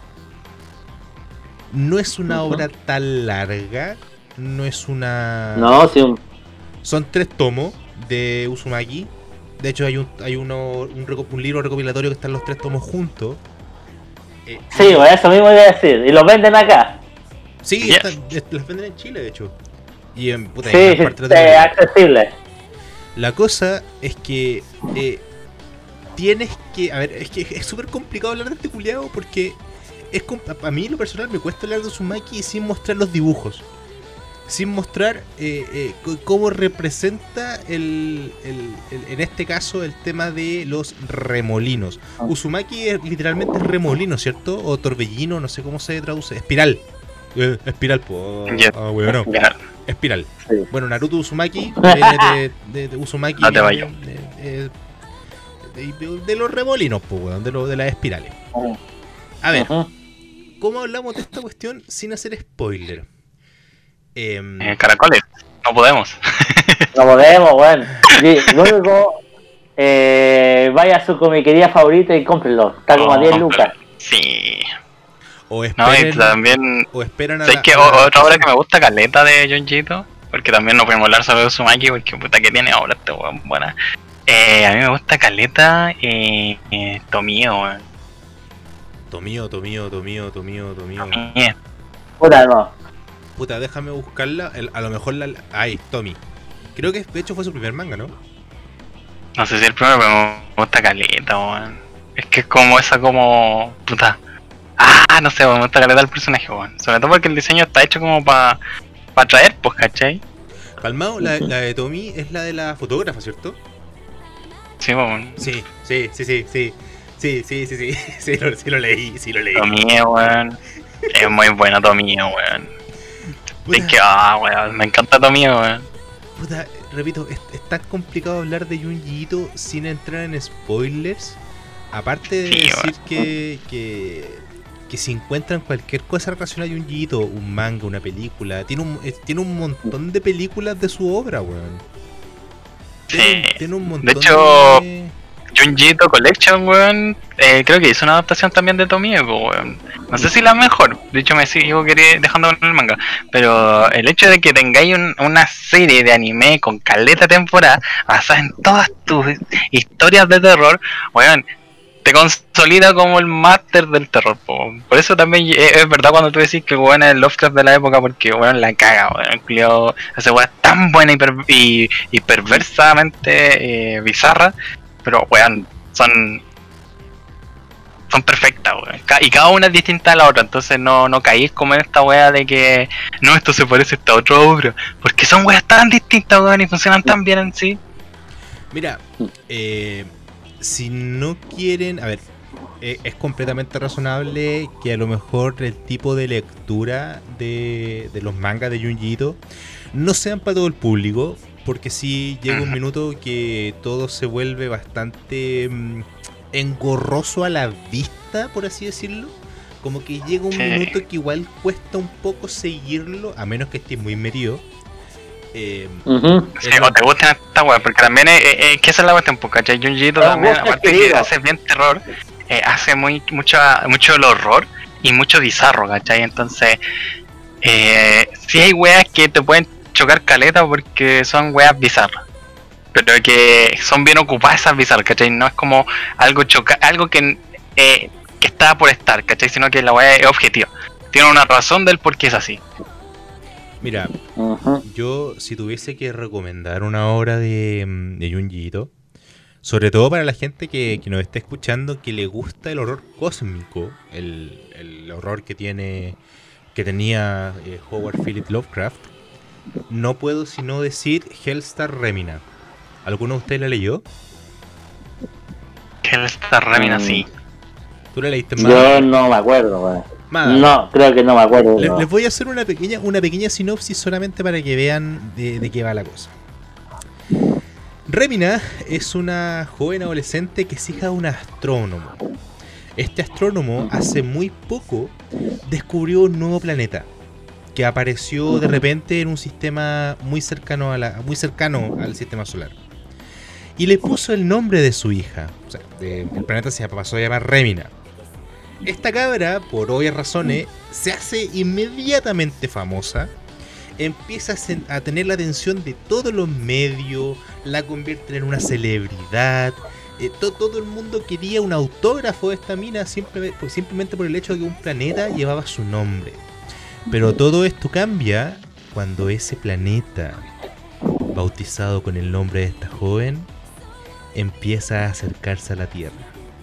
No es una
Ujú.
obra tan larga. No es una...
No, sí, un...
Son tres tomos de Uzumaki. De hecho hay un, hay uno, un, reco- un libro recopilatorio que están los tres tomos juntos. Eh,
sí, weón, eso mismo iba a decir. Y los venden acá.
Sí,
Yes.
están- eh, las venden en Chile, de hecho. Y en puta,
Sí,
en
sí,
gran parte de
sí,
Latinoamérica.
accesible.
La cosa es que eh, tienes que... A ver, es que es súper complicado hablar de este culiao porque es com- a mí en lo personal me cuesta hablar de Uzumaki sin mostrar los dibujos. Sin mostrar eh, eh, c- cómo representa el, el- el- en este caso el tema de los remolinos. Uzumaki es literalmente remolino, ¿cierto? O torbellino, no sé cómo se traduce. Espiral. Eh, espiral, pues.
Ya.
Ah, weón, no.
Ya.
Espiral.
Sí.
Bueno, Naruto Uzumaki viene de, de, de Uzumaki.
No te
viene
vayas.
De, de- de- de los remolinos, pues, weón, de, lo- de las espirales. A ver,
Ujú.
¿cómo hablamos de esta cuestión sin hacer spoiler? Em,
Eh, caracoles. No podemos.
No podemos, weón. Sí, luego, eh, vaya a su comiquería favorita y cómprenlo. Está como a
Oh,
diez lucas.
Sí.
o
No,
esperen,
y también.
o esperan a
¿Sabes
la-
qué?
a la-
O- Otra obra que me gusta caleta de Junjito, porque también no podemos hablar solo de Uzumaki, porque puta que tiene obras este weón buena. Eh, a mí me gusta caleta eh, eh, Tomio, weón.
Tomío, Tomío, Tomío, Tomío, Tomío.
Tomie.
Puta, no.
Puta, déjame buscarla. el- a lo mejor la. Ay, Tommy. Creo que de hecho fue su primer manga, ¿no?
No sé si el primero, pero me gusta caleta, weón. Es que es como esa como. Puta. Ah, no sé, weón, me gusta caleta el personaje, weón. Sobre todo porque el diseño está hecho como para pa atraer, pues, ¿cachai?
Calmado, la, la de Tommy es la de la fotógrafa, ¿cierto?
Sí, weón.
Sí, sí, sí, sí, sí. Sí, sí, sí, sí. Sí, lo, sí lo leí, sí lo leí.
Tomie, weón. Es muy bueno Tomie, weón.
Puta,
Es que, ah, weón, me encanta Tomie, weón.
puta, repito, es, es tan complicado hablar de Junji Ito sin entrar en spoilers. Aparte de
Sí,
decir
bueno.
que, que, que si encuentran cualquier cosa relacionada a Junji Ito, un manga, una película, tiene un, eh, tiene un montón de películas de su obra, weón. Tiene,
Sí.
tiene un montón
De hecho,
de...
Junji Ito Collection, weón, eh, creo que hizo una adaptación también de Tomie, pues, weón. No sé si la mejor, de hecho me sigo quería- dejando con el manga, pero el hecho de que tengáis un- una serie de anime con caleta temporada basada en todas tus historias de terror, weón, te consolida como el máster del terror, po. Por eso también es, es verdad cuando tú decís que weón es el Lovecraft de la época, porque weón la caga, weón, culiao, esa weón es tan buena y, per- y, y perversamente eh, bizarra, pero weón, son son perfectas, weón. Ca- Y cada una es distinta a la otra, entonces no, no caís como en esta wea de que no, esto se parece a esta otra obra, porque son weas tan distintas, weón, y funcionan tan bien en sí.
Mira, eh, si no quieren, a ver, eh, es completamente razonable que a lo mejor el tipo de lectura de, de los mangas de Junji Ito no sean para todo el público, porque sí llega un minuto que todo se vuelve bastante mm, engorroso a la vista, por así decirlo. Como que llega un
Sí.
minuto que igual cuesta un poco seguirlo, a menos que estés muy metido. Eh,
Ujú.
Sí, o te gustan estas weas, porque también es, es, es que esa es la cuestión, porque ¿cachai? Junji Ito
Nos
también,
gusta
aparte
el
que
querido.
hace bien terror, eh, hace muy mucho, mucho el horror y mucho bizarro, ¿cachai? Entonces, eh, sí hay weas que te pueden chocar caleta porque son weas bizarras, pero que son bien ocupadas esas bizarras, ¿cachai? No es como algo choca algo que, eh, que está por estar, ¿cachai? Sino que la wea es objetiva. Tiene una razón del por qué es así.
mira,
Ujú.
yo, si tuviese que recomendar una obra de, mm, de Junji Ito, sobre todo para la gente que, que nos está escuchando, que le gusta el horror cósmico, el, el horror que tiene que tenía eh, Howard Phillips Lovecraft, no puedo sino decir Hellstar Remina. ¿Alguno de ustedes la leyó?
Que él está remina así.
¿Tú la leíste,
Yo
Mada?
no me acuerdo, weón.
Mada.
No, creo que no me acuerdo.
Le-
no.
Les voy a hacer una pequeña, una pequeña sinopsis solamente para que vean de, de qué va la cosa. Remina es una joven adolescente que es hija de un astrónomo. Este astrónomo hace muy poco descubrió un nuevo planeta que apareció de repente en un sistema muy cercano, a la, muy cercano al sistema solar. Y le puso el nombre de su hija. O sea, de- el planeta se pasó a llamar Remina. Esta cabra, por obvias razones, se hace inmediatamente famosa. Empieza a, sen- a tener la atención de todos los medios, la convierten en una celebridad. Eh, to- todo el mundo quería un autógrafo de esta mina simple- pues, simplemente por el hecho de que un planeta llevaba su nombre. Pero todo esto cambia cuando ese planeta, bautizado con el nombre de esta joven, empieza a acercarse a la Tierra.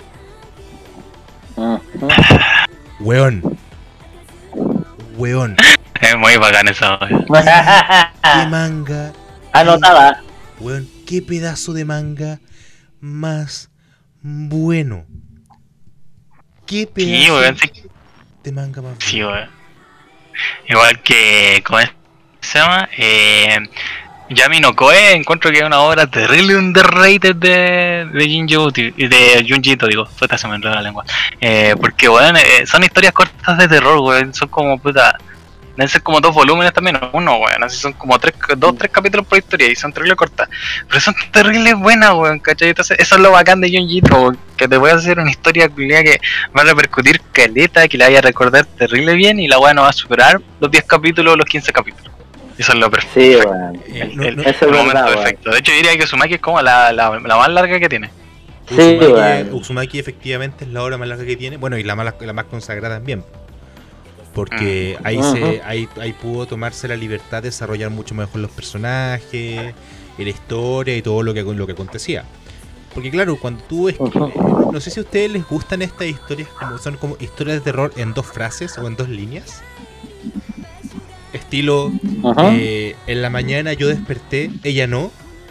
Ujú.
Weón. Weón.
Es muy bacán esa wea.
¿Qué manga?
Anotada.
Weón, qué pedazo de manga más bueno. Qué
Sí,
pedazo
weón, sí.
de manga más bueno.
Sí, weón. Igual que, ¿cómo se llama? Eh, Yami no Koe, encuentro que es una obra terrible underrated de, de Junji Ito, de Junji Ito, digo, puta, se me enredó la lengua. Eh, porque, weón, eh, son historias cortas de terror, weón, son como, puta, deben ser como dos volúmenes también, o uno, weón, así son como tres, dos, tres capítulos por historia y son terribles cortas, pero son terribles buenas, weón, ¿cachai? Entonces, eso es lo bacán de Junji Ito, weón, que te voy a hacer una historia culiada que va a repercutir caleta, que la vaya a recordar terrible bien y la weá no va a superar los diez capítulos o los quince capítulos. Eso es lo perfecto.
Sí, weón.
Eh,
El,
no-
el-
no-
Eso es
el
verdad,
momento
weón.
perfecto. De hecho, diría que Uzumaki es como la, la, la más larga que tiene.
Sí,
Uzumaki,
weón.
Uzumaki efectivamente es la obra más larga que tiene. Bueno, y la más, la más consagrada también. Porque ahí,
Ujú.
se, ahí, ahí pudo tomarse la libertad de desarrollar mucho mejor los personajes, y la historia y todo lo que, lo que acontecía. Porque claro, cuando tú es
Ujú.
no sé si a ustedes les gustan estas historias como son como historias de terror en dos frases o en dos líneas. Estilo,
Ajá.
eh, en la mañana yo desperté, ella no.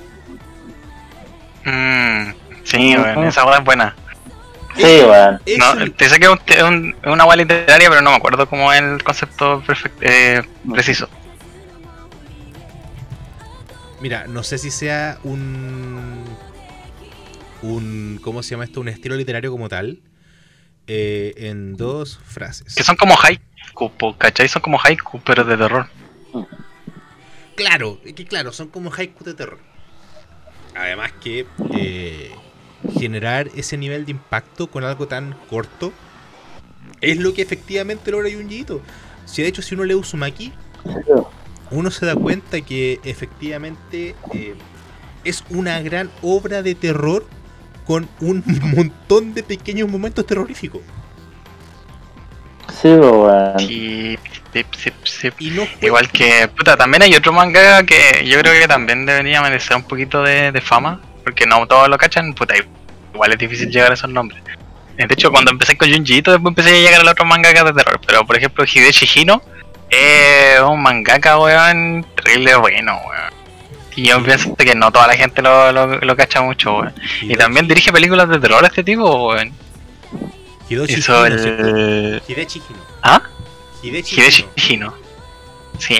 Mm, sí,
Ujú.
weón, esa weá es buena.
Sí, weón.
Eso-
No, te sé que es, un, es un- es una weá literaria, pero no me acuerdo cómo es el concepto perfecto, eh, preciso.
mira, no sé si sea un... un ¿cómo se llama esto? Un estilo literario como tal. Eh, en dos frases.
Que son como haiku, ¿cachai? Son como haiku, pero de terror.
Claro, que claro, son como haiku de terror. Además que eh, generar ese nivel de impacto con algo tan corto es lo que efectivamente logra Junji Ito. Si de hecho si uno lee Uzumaki, uno se da cuenta que efectivamente eh, es una gran obra de terror con un montón de pequeños momentos terroríficos.
Sí, weón.
Sí, sí, sí, sí.
Y no
igual que, puta, también hay otro manga que yo creo que también debería merecer un poquito de, de fama, porque no todos lo cachan, puta, igual es difícil llegar a esos nombres. De hecho, cuando empecé con Junji Ito, después empecé a llegar a los otros mangakas de terror, pero por ejemplo Hideshi Hino es un mangaka, weón, terrible bueno, weón. Y yo pienso que no toda la gente lo, lo, lo cacha mucho, weón. Y también dirige películas de terror este tipo, weón.
Hideshi
Hizo
Hino,
el...
Hideshi Hino.
¿Ah?
Hideshi
Hideshi
Hino.
Hino. Sí.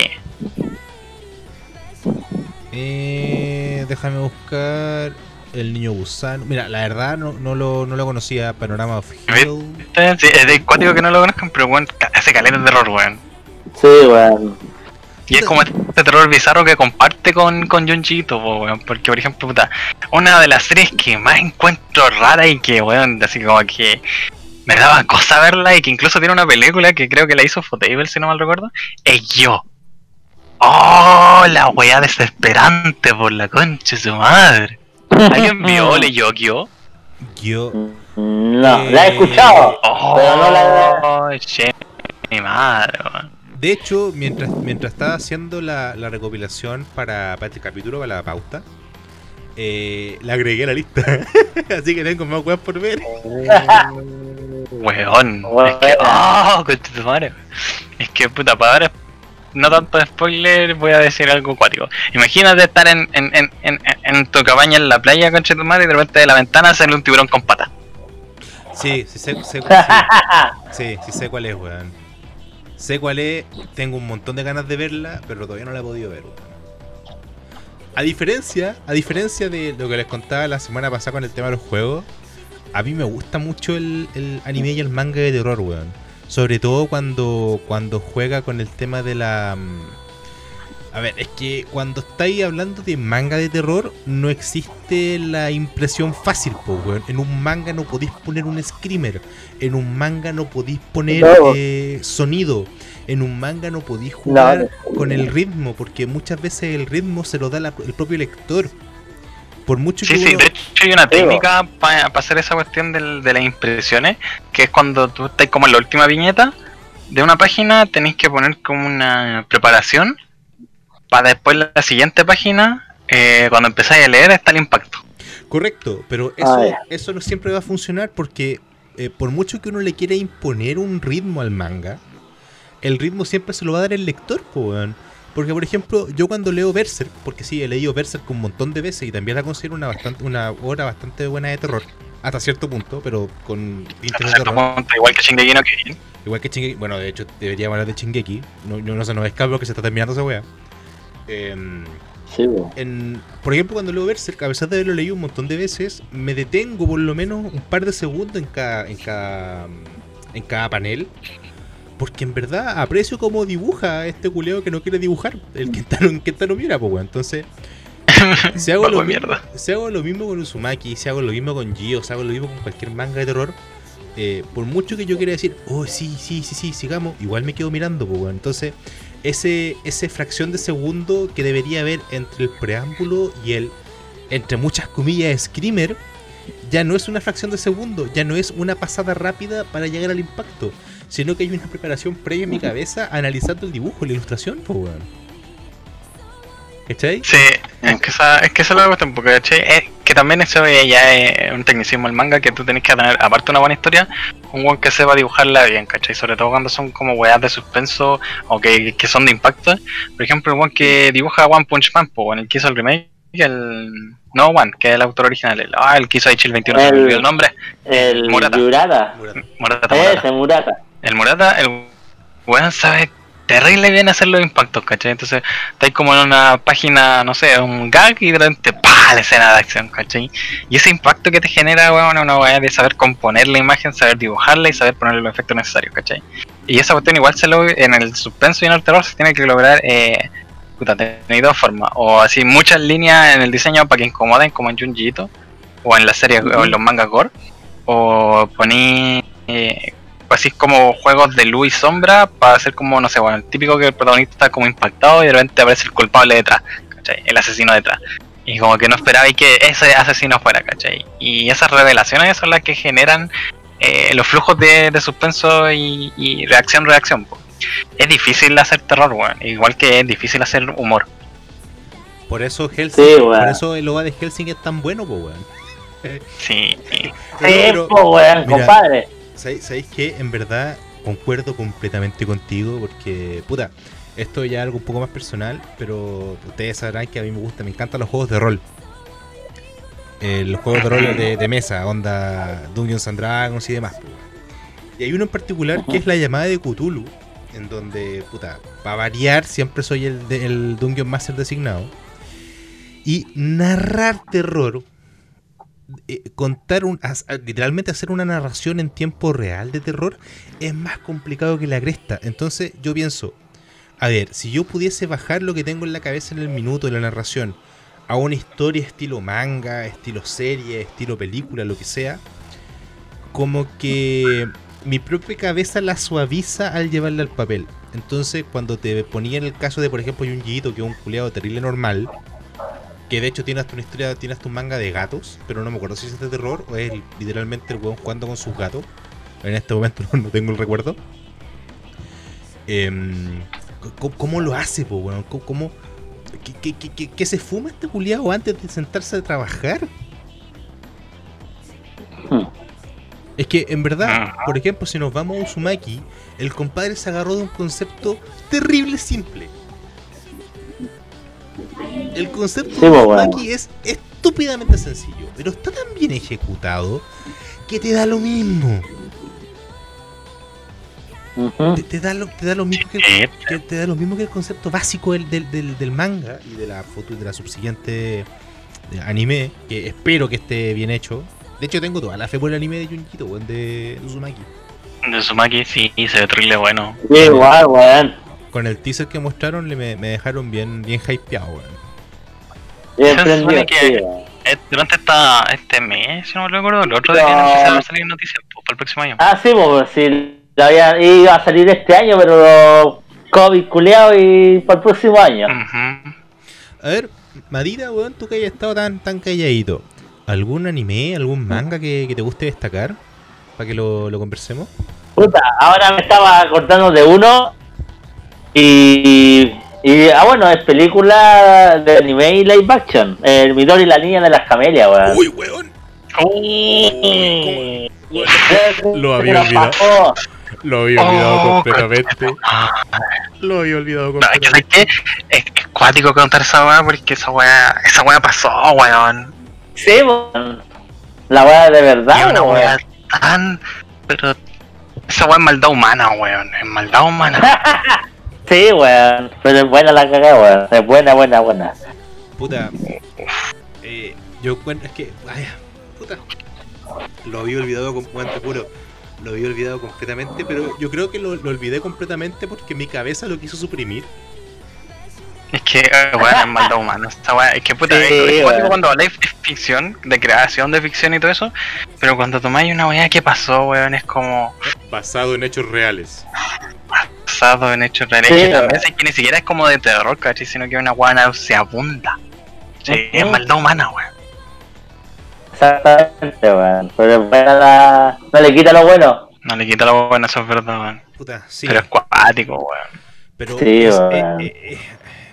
Eh, déjame buscar el niño gusano. Mira, la verdad no, no, lo, no lo conocía. Panorama of Hell.
Sí, es de cuático que no lo conozcan, pero weón, hace caleta de terror, weón.
Sí, weón.
Y es como este terror bizarro que comparte con, con Junji Ito, weón. Porque, por ejemplo, puta, una de las series que más encuentro rara y que, weón, así como que me daba cosa verla y que incluso tiene una película que creo que la hizo Fotable, si no mal recuerdo, es Yo. Oh, la weá desesperante por la concha de su madre. ¿Alguien vio Le Yo Yo?
Yo.
No,
eh,
la he escuchado,
Oh,
pero no la...
che, mi madre, weón.
De hecho, mientras mientras estaba haciendo la, la recopilación para, para este capítulo, para la pauta, eh, la agregué a la lista. Así que tengo más weas por ver.
Weón,
Weón.
es que, oh, concha de tu madre. Es que, puta, para dar no tanto de spoiler, voy a decir algo cuático. Imagínate estar en, en, en, en, en tu cabaña en la playa, concha de tu madre, y de repente de la ventana sale un tiburón con patas.
Sí, sí sé, sé, sí, sí, sí sé cuál es, weón. Sé cuál es, tengo un montón de ganas de verla, pero todavía no la he podido ver, weón. A diferencia, a diferencia de lo que les contaba la semana pasada con el tema de los juegos, a mí me gusta mucho el, el anime y el manga de terror, weón. Sobre todo cuando, cuando juega con el tema de la... A ver, es que cuando estáis hablando de manga de terror, no existe la impresión fácil, po, weón. En un manga no podéis poner un screamer. En un manga no podéis poner
No.
eh, sonido. En un manga no podéis jugar
No.
con el ritmo, porque muchas veces el ritmo se lo da la- el propio lector. Por mucho que
Sí, sí,
uno-
de hecho hay una técnica para hacer esa cuestión del, de las impresiones, que es cuando tú estás como en la última viñeta de una página, tenéis que poner como una preparación para después la siguiente página, eh, cuando empezáis a leer, está el impacto.
Correcto, pero eso,
Ah, ya.
eso no siempre va a funcionar porque eh, por mucho que uno le quiera imponer un ritmo al manga, el ritmo siempre se lo va a dar el lector, po, weón. Porque, por ejemplo, yo cuando leo Berserk, porque sí, he leído Berserk un montón de veces y también la considero una bastante una obra bastante buena de terror, hasta cierto punto, pero con tintes
Hasta
de
cierto
terror.
punto, igual que Shingeki no Kyojin.
Igual que Shingeki, bueno, de hecho deberíamos hablar de Shingeki, no, no, no se nos escapa que se está terminando esa wea. Em,
Sí, weón.
en, por ejemplo, cuando leo Berserk, a pesar de haberlo leído un montón de veces, me detengo por lo menos un par de segundos en cada, en cada, en cada panel, porque en verdad aprecio cómo dibuja este culeo que no quiere dibujar, el Kentaro, Kentaro Miura, pues, weón. Entonces, si hago,
Paco
lo
de
mismo,
mierda.
si hago lo mismo con Uzumaki, si hago lo mismo con Gio, si hago lo mismo con cualquier manga de terror, eh, por mucho que yo quiera decir, oh, sí, sí, sí, sí, sigamos, igual me quedo mirando, pues, weón. Entonces, ese, ese fracción de segundo que debería haber entre el preámbulo y el, entre muchas comillas, screamer, ya no es una fracción de segundo, ya no es una pasada rápida para llegar al impacto, sino que hay una preparación previa en mi cabeza analizando el dibujo, la ilustración, pues, weón. ¿Cachai?
Sí, es que esa, es que eso lo gusta un poco, ¿cachai? Es que también eso ya es un tecnicismo del manga, que tú tenés que tener, aparte de una buena historia, un weón que sepa dibujarla bien, ¿cachai? Sobre todo cuando son como weas de suspenso o que, que son de impacto. Por ejemplo, el weón que dibuja One Punch Man, pues, el que hizo el remake, el... No One, que es el autor original, el, ah, el que hizo Aichi el veintiuno, se me
El-
olvidó el nombre.
El
Murata.
Yurada.
Murata.
Murata, Murata.
Ese, Murata.
El Murata, el weón sabe terrible bien hacer los impactos, ¿cachai? Entonces, estáis como en una página, no sé, un gag y de repente, ¡pah! La escena de acción, ¿cachai? Y ese impacto que te genera, weón, una weá de saber componer la imagen, saber dibujarla y saber ponerle los efectos necesarios, ¿cachai? Y esa cuestión igual se logra en el suspenso y en el terror, se tiene que lograr, eh, puta, tenéis dos formas. O así, muchas líneas en el diseño para que incomoden, como en Junji Ito, o en la serie, uh-huh. o en los mangas gore, o poní. Eh, así como juegos de luz y sombra para hacer como, no sé, bueno, el típico que el protagonista está como impactado y de repente aparece el culpable detrás, ¿cachai? El asesino detrás. Y como que no esperabais que ese asesino fuera, ¿cachai? Y esas revelaciones son las que generan eh, los flujos de, de suspenso y, y reacción-reacción. Es difícil hacer terror, weón. Igual que es difícil hacer humor.
Por eso Hellsing, sí, por eso el O V A de Hellsing es tan bueno, po, weón.
Sí, sí.
Pero, sí, po, weón, mira, compadre.
¿Sabéis que en verdad concuerdo completamente contigo? Porque, puta, esto ya es algo un poco más personal, pero ustedes sabrán que a mí me gusta, me encantan los juegos de rol. Eh, los juegos de rol de, de mesa, onda Dungeons and Dragons y demás. Y hay uno en particular que es la llamada de Cthulhu, en donde, puta, para variar, siempre soy el, de, el Dungeon Master designado. Y narrar terror... Eh, contar un, a, a, literalmente hacer una narración en tiempo real de terror es más complicado que la cresta. Entonces yo pienso, a ver, si yo pudiese bajar lo que tengo en la cabeza en el minuto de la narración a una historia estilo manga, estilo serie, estilo película, lo que sea, como que mi propia cabeza la suaviza al llevarla al papel. Entonces cuando te ponía en el caso de, por ejemplo, Junji Ito, que es un culiado terrible normal, que de hecho tiene hasta una historia, tiene hasta un manga de gatos, pero no me acuerdo si es de terror o es literalmente el weón jugando con sus gatos. En este momento no, no tengo el recuerdo. Eh, ¿cómo, ¿Cómo lo hace, po, weón? ¿Cómo, cómo, qué, qué, qué, ¿Qué se fuma este culiado antes de sentarse a trabajar? Hmm. Es que en verdad, por ejemplo, si nos vamos a Uzumaki, el compadre se agarró de un concepto terrible simple. El concepto sí, de Uzumaki bueno. es estúpidamente sencillo, pero está tan bien ejecutado que te da lo mismo. Uh-huh. Te, te, da lo, te da lo mismo que, que te da lo mismo que el concepto básico del, del, del, del manga y de la foto de la subsiguiente anime, que espero que esté bien hecho. De hecho tengo toda la fe por el anime de Junji Ito, de Uzumaki.
De Uzumaki sí, se ve terrible bueno.
Sí, igual, weón.
Con el teaser que mostraron me, me dejaron bien, bien hypeado, weón.
Se supone que eh, durante esta, este mes, si no me recuerdo, el otro no. día no va a salir noticias pues, para el próximo año.
Ah, sí, pues sí, había, iba a salir este año, pero COVID culeado y para el próximo año.
Uh-huh. A ver, Madira, weón, tú que hayas estado tan, tan calladito, ¿algún anime, algún manga que, que te guste destacar? Para que lo, lo conversemos.
Puta, ahora me estaba acordando de uno y... Y, ah, bueno, es película de anime y live action. El Midori y la niña de las camelias, weón.
Uy, weón. Uy, lo había olvidado. Lo había olvidado oh, completamente. Lo había olvidado completamente.
No, es que, es, es cuático contar esa weá porque esa weá, esa weá pasó, weón.
Sí, weón. La weá de verdad,
y una weá tan... Pero esa weá es maldad humana, weón. Es maldad humana.
Sí, weón, pero es buena la cagada, weón, es buena, buena, buena.
Puta, eh, yo cuento, es que, vaya, puta, lo había olvidado, weón, te juro, lo había olvidado completamente, pero yo creo que lo, lo olvidé completamente porque mi cabeza lo quiso suprimir.
Es que, weón, es maldad humana, esta weón, es que puta, sí, es, es cuando, cuando habláis de ficción, de creación de ficción y todo eso, pero cuando tomáis una weá que pasó, weón, es como...
Basado en hechos reales.
Basado en hechos reales, sí, que también es que ni siquiera es como de terror, ¿cachai? Sino que es una weá nauseabunda. Sí, uh-huh. Es maldad humana, weón.
Exactamente, weón. Pero es buena la... no le quita lo bueno.
No le quita lo bueno, eso es verdad, weón.
Puta, sí.
Pero es cuático, weón.
Pero
sí,
es,
weón.
Eh, eh,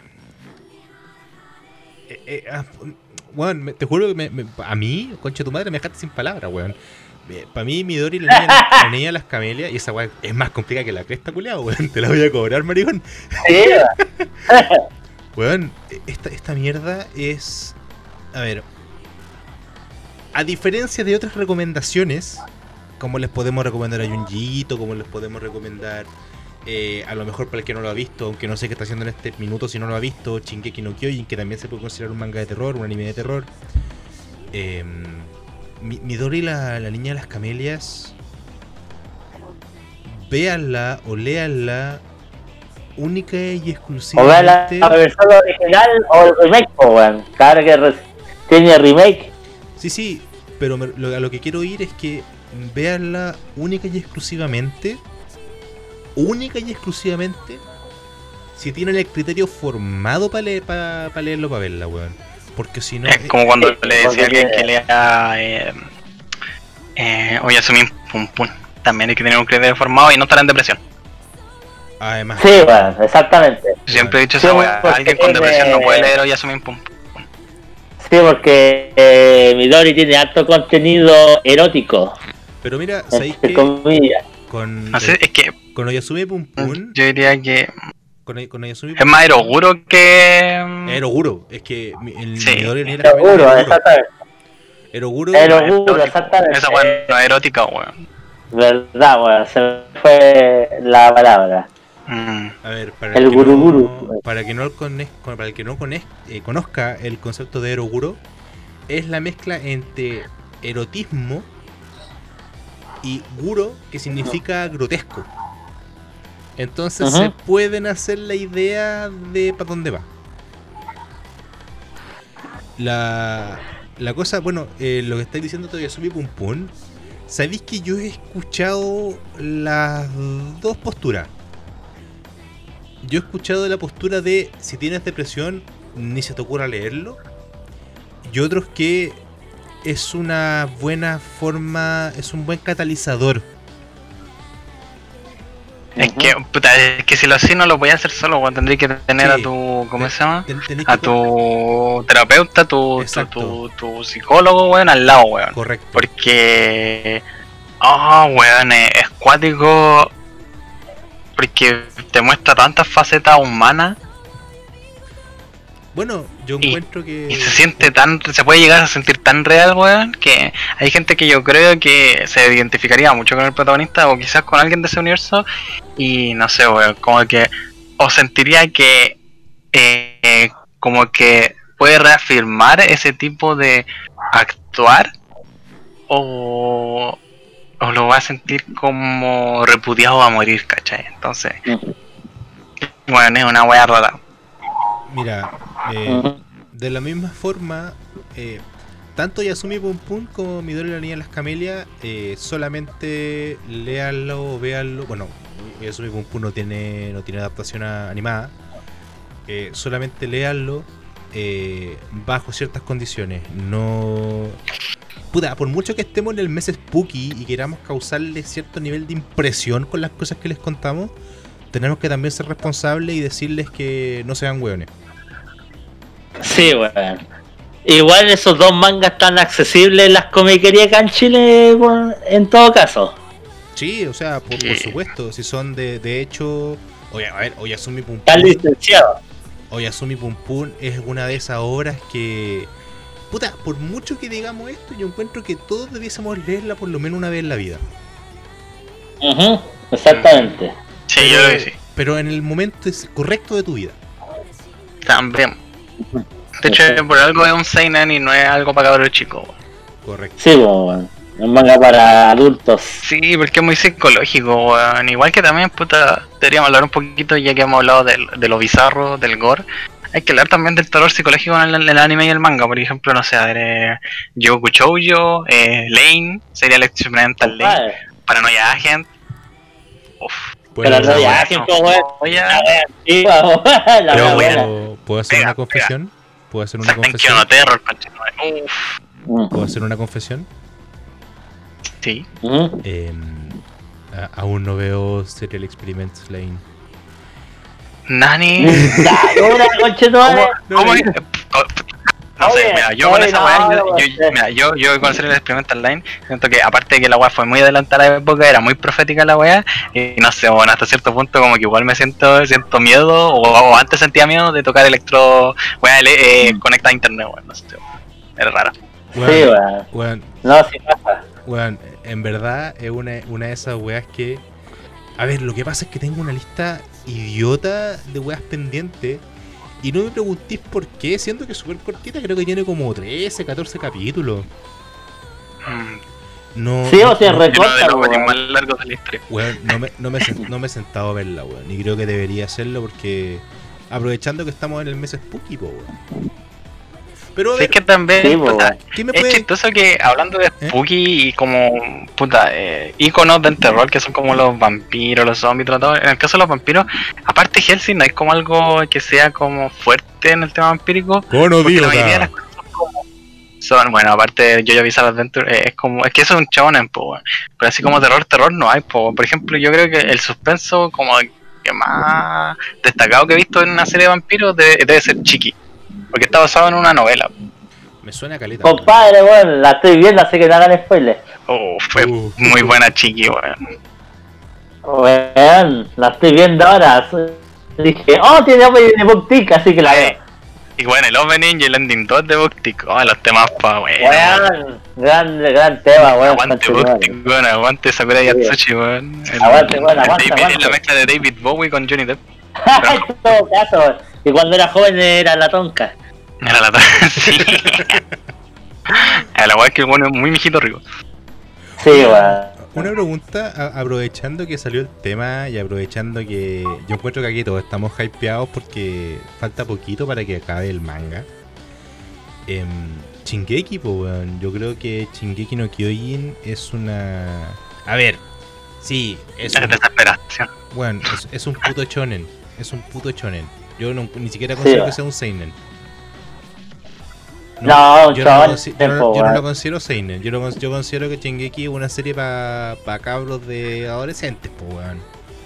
eh, eh, ah, weón, me, te juro que me, me, a mí, concha de tu madre, me dejaste sin palabras, weón. Para mí, Midori, la niña, la niña de las camelias, y esa weá es más complicada que la cresta, culiao, weón. Te la voy a cobrar, maricón.
Sí,
weón, esta, esta mierda es... A ver... A diferencia de otras recomendaciones, como les podemos recomendar a Junji Ito, como les podemos recomendar Eh, a lo mejor para el que no lo ha visto, aunque no sé qué está haciendo en este minuto si no lo ha visto, Shingeki no Kyojin, que también se puede considerar un manga de terror, un anime de terror. Eh, Midori, la, la niña de las camelias, véanla o léanla única y exclusivamente.
O vean la versión original o el remake, o bueno, claro que re tiene remake.
Sí, sí, pero me, lo, a lo que quiero ir es que véanla única y exclusivamente. Única y exclusivamente si tienen el criterio formado para leer, pa, pa leerlo, para verla, weón. Porque si no.
Es como cuando le decía a alguien que lea eh, eh, Oyasumi Pum Pum. También hay que tener un criterio formado y no estar en depresión.
Además.
Sí, bueno, exactamente.
Siempre he dicho esa weá. Alguien con depresión no puede leer Oyasumi Pum Pum.
Sí, porque eh, Midori tiene alto contenido erótico.
Pero mira, ¿sabéis qué? Con,
no sé,
eh,
es que
con Oyasumi Pum Pum,
yo diría que
con, con Oyasumi
es más Eroguro que
Eroguro, es que el
sí.
Midori ni
Eroguro, exactamente.
Eroguro,
Eroguro, exactamente.
Esa weá no es erótica, weón.
Verdad, weón, se me fue la palabra.
Mm. A ver, para
el,
el que
guruguru.
No, para que no conozca, para el que no conozca, eh, conozca el concepto de Eroguro, es la mezcla entre erotismo y guro, que significa grotesco. Entonces uh-huh. se pueden hacer la idea de para dónde va. La, la cosa, bueno, eh, lo que estáis diciendo todavía Oyasumi Pum Pum, sabéis que yo he escuchado las dos posturas. Yo he escuchado la postura de si tienes depresión ni se te ocurra leerlo, y otros que es una buena forma, es un buen catalizador.
Es que, puta, es que si lo así no lo voy a hacer solo, weón. Tendría que tener sí. a tu, ¿cómo Ten, se llama? Ten, a tu terapeuta, tu, tu, tu, tu psicólogo, weón, al lado, weón.
Correcto.
Porque, oh, weón, es cuático, porque te muestra tantas facetas humanas.
Bueno, yo
y,
encuentro que...
Y se siente tan... Se puede llegar a sentir tan real, weón, que hay gente que yo creo que se identificaría mucho con el protagonista o quizás con alguien de ese universo y no sé, weón, como que... O sentiría que... Eh, como que puede reafirmar ese tipo de actuar o... O lo va a sentir como repudiado a morir, ¿cachai? Entonces... Bueno, es una wea rara.
Mira, eh, de la misma forma, eh, tanto Oyasumi Pum Pum como Midori la niña de las camelias, eh, solamente léanlo o véanlo. Bueno, Oyasumi Pum Pum no tiene, no tiene adaptación a, animada, eh, solamente léanlo eh, bajo ciertas condiciones. No. Puta, por mucho que estemos en el mes spooky y queramos causarle cierto nivel de impresión con las cosas que les contamos, tenemos que también ser responsables y decirles que no sean hueones.
Sí, weón. Igual esos dos mangas están accesibles en las comiquerías acá en Chile, weón, en todo caso.
Sí, o sea, por, por supuesto, si son de, de hecho... Oye, a ver, Oyasumi Pum Pum...
Están licenciados.
Oyasumi Pum Pum es una de esas obras que... Puta, por mucho que digamos esto, yo encuentro que todos debiésemos leerla por lo menos una vez en la vida.
Uh-huh, exactamente.
Sí,
pero,
yo creo que sí.
Pero en el momento es correcto de tu vida.
También. De hecho, por algo es un seinen y no es algo para cabros chicos.
Correcto. Sí, bueno, un manga para adultos.
Sí, porque es muy psicológico, weón. Igual que también, puta, deberíamos hablar un poquito, ya que hemos hablado de, de lo bizarro, del gore. Hay que hablar también del terror psicológico en el, el anime y el manga. Por ejemplo, no sé, a ver, eh, Yoku Shoujo, eh, Lane, sería el experimental Lane, Paranoia Agent. Uff.
Pero no ya, que
¿Puedo hacer una confesión? ¿Puedo hacer una confesión?
Terror,
¿Puedo hacer una confesión?
Sí.
Eh, a, aún no veo Serial Experiments Lane.
Nani.
¿Cómo?
¿Cómo es? No sé, mira, yo con esa weá, yo, yo, mira, yo, yo con el Experimental Line, siento que aparte de que la weá fue muy adelantada a la época, era muy profética la weá, y no sé, bueno, hasta cierto punto como que igual me siento siento miedo, o, o antes sentía miedo de tocar electro, weá, eh, conectada a internet, weá, no sé, era rara.
Sí, weón.
Weón.
No, sí pasa.
Weón, en verdad es una, una de esas weas que A ver, lo que pasa es que tengo una lista idiota de weas pendientes. Y no me preguntéis por qué, siendo que es súper cortita, creo que tiene como trece, catorce capítulos. No,
sí, o sea,
no,
recorta,
no,
weón.
más largo de la historia.
Weón, no me, no, me, no me he sentado a verla, weón. Y creo que debería hacerlo porque... Aprovechando que estamos en el mes Spooky, po, weón. Pero a ver,
sí, es que también,
sí,
puta,
¿qué me
es
puede...?
chistoso que hablando de Spooky y como, puta, eh, íconos del terror que son como los vampiros, los zombies, todo, en el caso de los vampiros, aparte Hellsing no hay como algo que sea como fuerte en el tema vampírico.
Cono
porque la mayoría de las
idiota.
cosas son como, son, bueno, aparte de Jojo Bizarre Adventure, eh, es como, es que eso es un shonen, po, weón. Pero así como terror, terror no hay, po. Por ejemplo, yo creo que el suspenso como que más destacado que he visto en una serie de vampiros debe, debe ser Chiqui. Porque está basado en una novela.
Me suena a caleta.
Compadre, weón, la estoy viendo, así que no hagan spoiler.
Oh, fue
Uh.
muy buena Chiqui, weón.
Weón, la estoy viendo ahora. Dije, oh, tiene opening de Booktick, así que la veo.
Y bueno, el opening y el ending dos de Booktick. Oh, los temas pa' weón.
Weón, gran, gran tema, weón.
Aguante Booktick, weón, aguante Sakura Yatsushi, weón. El-
Aguante, weón,
el
aguante,
David-
aguante.
La mezcla de David Bowie con Johnny Depp.
En todo caso, y cuando era joven era la tonca.
Era la sí. A la weón que el bueno es muy mijito rico.
Sí, weón.
Una pregunta, a- aprovechando que salió el tema y aprovechando que yo encuentro que aquí todos estamos hypeados porque falta poquito para que acabe el manga. Eh, Shingeki, pues, weón. Yo creo que Shingeki no Kyojin es una... A ver, sí, es
Es
un,
desesperación.
bueno, es, es un puto shonen. Es un puto shonen. Yo no- ni siquiera
Sí,
considero
weón.
que sea un seinen.
No, un
yo, no, lo
shonen,
consi- yo, no,
po,
yo no lo
weón.
considero seinen. Yo, lo cons- yo considero que Shingeki es una serie para pa cabros de adolescentes, pues, weón.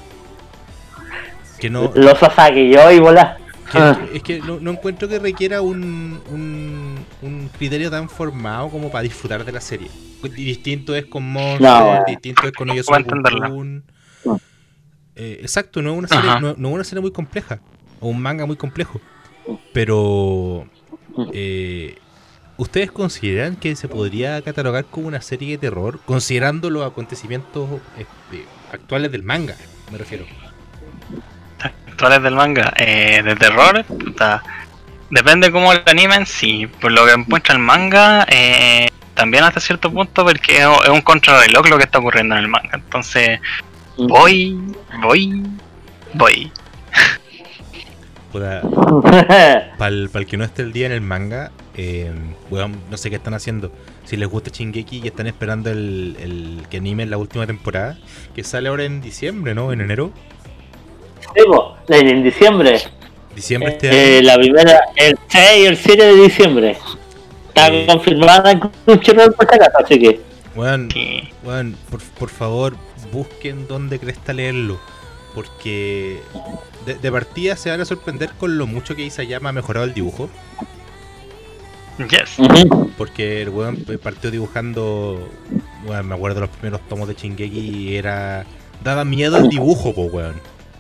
Que no...
Los Sasaki, yo y volá.
que- es que no, no encuentro que requiera un, un, un criterio tan formado como para disfrutar de la serie. Distinto es con Monster,
No, weón.
distinto es con ellos
Puedo entenderla.
eh, exacto, no es una serie,
Ajá.
no, no es una serie muy compleja. O un manga muy complejo. Pero... Eh, ¿ustedes consideran que se podría catalogar como una serie de terror? Considerando los acontecimientos este, actuales del manga, me refiero.
Actuales del manga, eh, de terror, puta. Depende cómo lo animen, sí. Por lo que muestra el manga, eh, también hasta cierto punto, porque es es un contrarreloj lo que está ocurriendo en el manga. Entonces, voy, voy, voy.
Para el, el que no esté el día en el manga, eh, weón, no sé qué están haciendo. Si les gusta Shingeki y están esperando el, el que anime la última temporada, que sale ahora en diciembre, ¿no? En enero.
Sí, po, en diciembre.
Diciembre este
Eh,
año.
la primera, el seis y el siete de diciembre. Está
Eh.
confirmada en Crunchyroll por si acaso, así que.
Weón,
Sí.
weón, por, por favor, busquen dónde cresta leerlo. Porque de, de partida se van a sorprender con lo mucho que Isayama ha mejorado el dibujo.
Yes.
Ujú.
Porque el weón partió dibujando. Weón, me acuerdo de los primeros tomos de Shingeki y era. Daba miedo el dibujo, po, weón.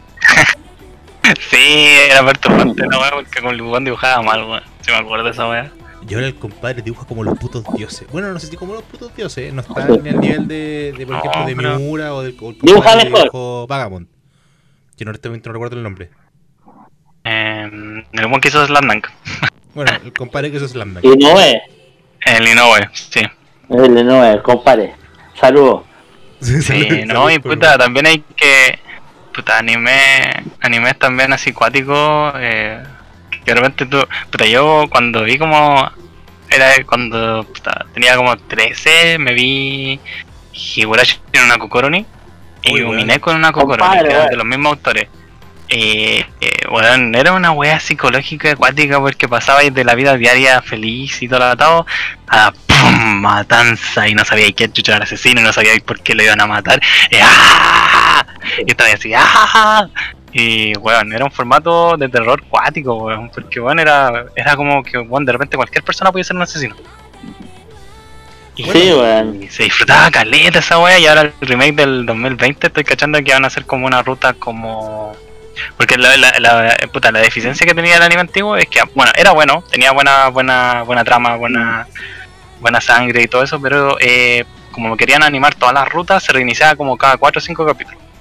Sí, era perturbante la weá, porque con el weón dibujaba mal, weón. Si me acuerdo de esa weá.
Y ahora el compadre dibuja como los putos dioses. Bueno, no sé si como los putos dioses, no está ni al nivel de, de por
No,
ejemplo, de
pero-
Miura o del o el
Dibuja
compadre que
mejor.
dibujó Vagabond. Que no, en este momento no recuerdo el nombre.
Eh, el weón que hizo Slam Dunk.
Bueno, el compadre que hizo Slam Dunk.
Y no es.
El Inoue, sí.
El no es, compadre. Saludos.
Sí, no, y puta, también hay que. Puta, anime. Animes también así cuáticos. Eh, que de repente tú. Puta, yo cuando vi como. Era cuando puta, tenía como trece, me vi. Higurashi en una Kokoroni. Y
Uy,
Umine con una Kokoroni,
Compadre,
que eran
weón.
de los mismos autores. Eh, eh, weón, era una wea psicológica acuática porque pasabais de la vida diaria feliz y todo lo atado a ¡pum! Matanza y no sabíais qué chucha era el asesino y no sabíais por qué lo iban a matar. Y, ¡ah! y estaba así, ¡ah! Y weón, era un formato de terror cuático, weón, porque weón era, era como que weón, de repente cualquier persona podía ser un asesino. Y,
Sí, weón.
y se disfrutaba caleta esa wea y ahora el remake del dos mil veinte estoy cachando que van a hacer como una ruta como... Porque la, la, la, puta, la deficiencia que tenía el anime antiguo es que, bueno, era bueno, tenía buena buena buena trama, buena buena sangre y todo eso, pero eh, como querían animar todas las rutas, se reiniciaba como cada cuatro o cinco capítulos.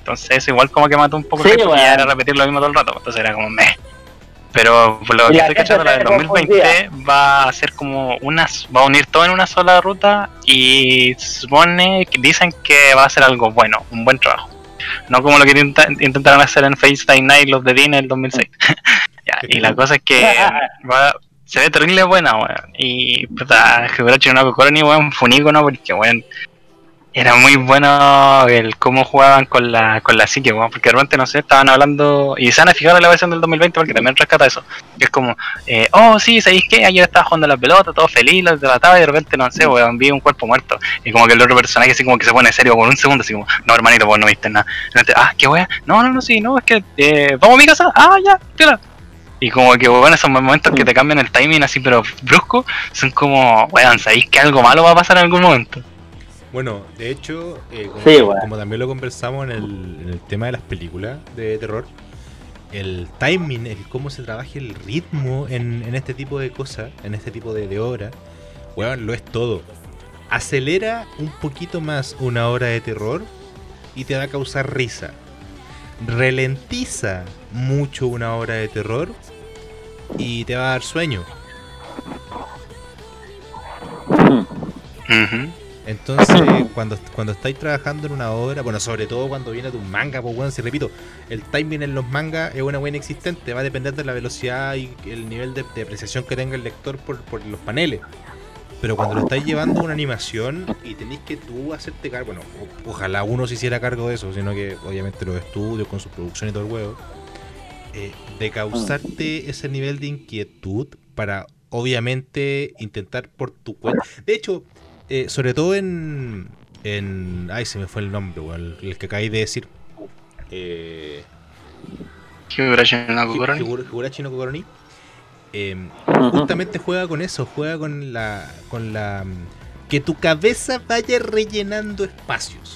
Entonces eso igual como que mató un poco
sí,
el hype,
bueno.
y era repetir lo mismo todo el rato, entonces era como meh. Pero por lo que estoy cachando, la del dos mil veinte va a ser como unas, va a unir todo en una sola ruta y se supone que dicen que va a ser algo bueno, un buen trabajo. No como lo que intenta, intentaron hacer en Face Night los de Dean en el dos mil seis. Ya, y la cosa es que va, se ve terrible buena, weón. Y puta, Higurashi no Kokoro weón, fue un ícono porque weón era muy bueno el cómo jugaban con la con la psique, weón, porque de repente no sé, estaban hablando, y se van a fijar en la versión del dos mil veinte porque también rescata eso. Es como, eh, oh sí, ¿sabéis qué? Ayer estaba jugando la pelota, todo feliz, lo trataba y de repente no sé, weón, vi un cuerpo muerto. Y como que el otro personaje así como que se pone serio por un segundo, así como, no hermanito, vos no viste nada. Y de repente, ah, qué weón, no, no, no, sí, no, es que eh, vamos a mi casa, ah, ya, tira. Y como que, bueno, esos momentos que te cambian el timing así, pero brusco, son como, weón, ¿sabéis que algo malo va a pasar en algún momento?
Bueno, de hecho, eh, como,
sí, bueno.
como también lo conversamos en el, en el tema de las películas de terror, el timing, el cómo se trabaja el ritmo en, en este tipo de cosas, en este tipo de, de obras, weón, lo es todo. Acelera un poquito más una obra de terror y te va a causar risa. Ralentiza mucho una obra de terror y te va a dar sueño.
Uh-huh.
Entonces, cuando, cuando estáis trabajando en una obra, bueno, sobre todo cuando viene de un manga, pues bueno, si repito, el timing en los mangas es una buena inexistente, va a depender de la velocidad y el nivel de, de apreciación que tenga el lector por, por los paneles. Pero cuando lo estáis llevando a una animación y tenéis que tú hacerte cargo, bueno, o, ojalá uno se hiciera cargo de eso, sino que obviamente los estudios con su producción y todo el huevo, eh, de causarte ese nivel de inquietud para obviamente intentar por tu cuenta. De hecho, Eh, sobre todo en, en... Ay, se me fue el nombre, el, el que acabáis de decir. Eh,
Higurashi no Kokoro ni.
Higurashi no Kokoro ni. Eh,
Uh-huh.
justamente juega con eso, juega con la... con la que tu cabeza vaya rellenando espacios.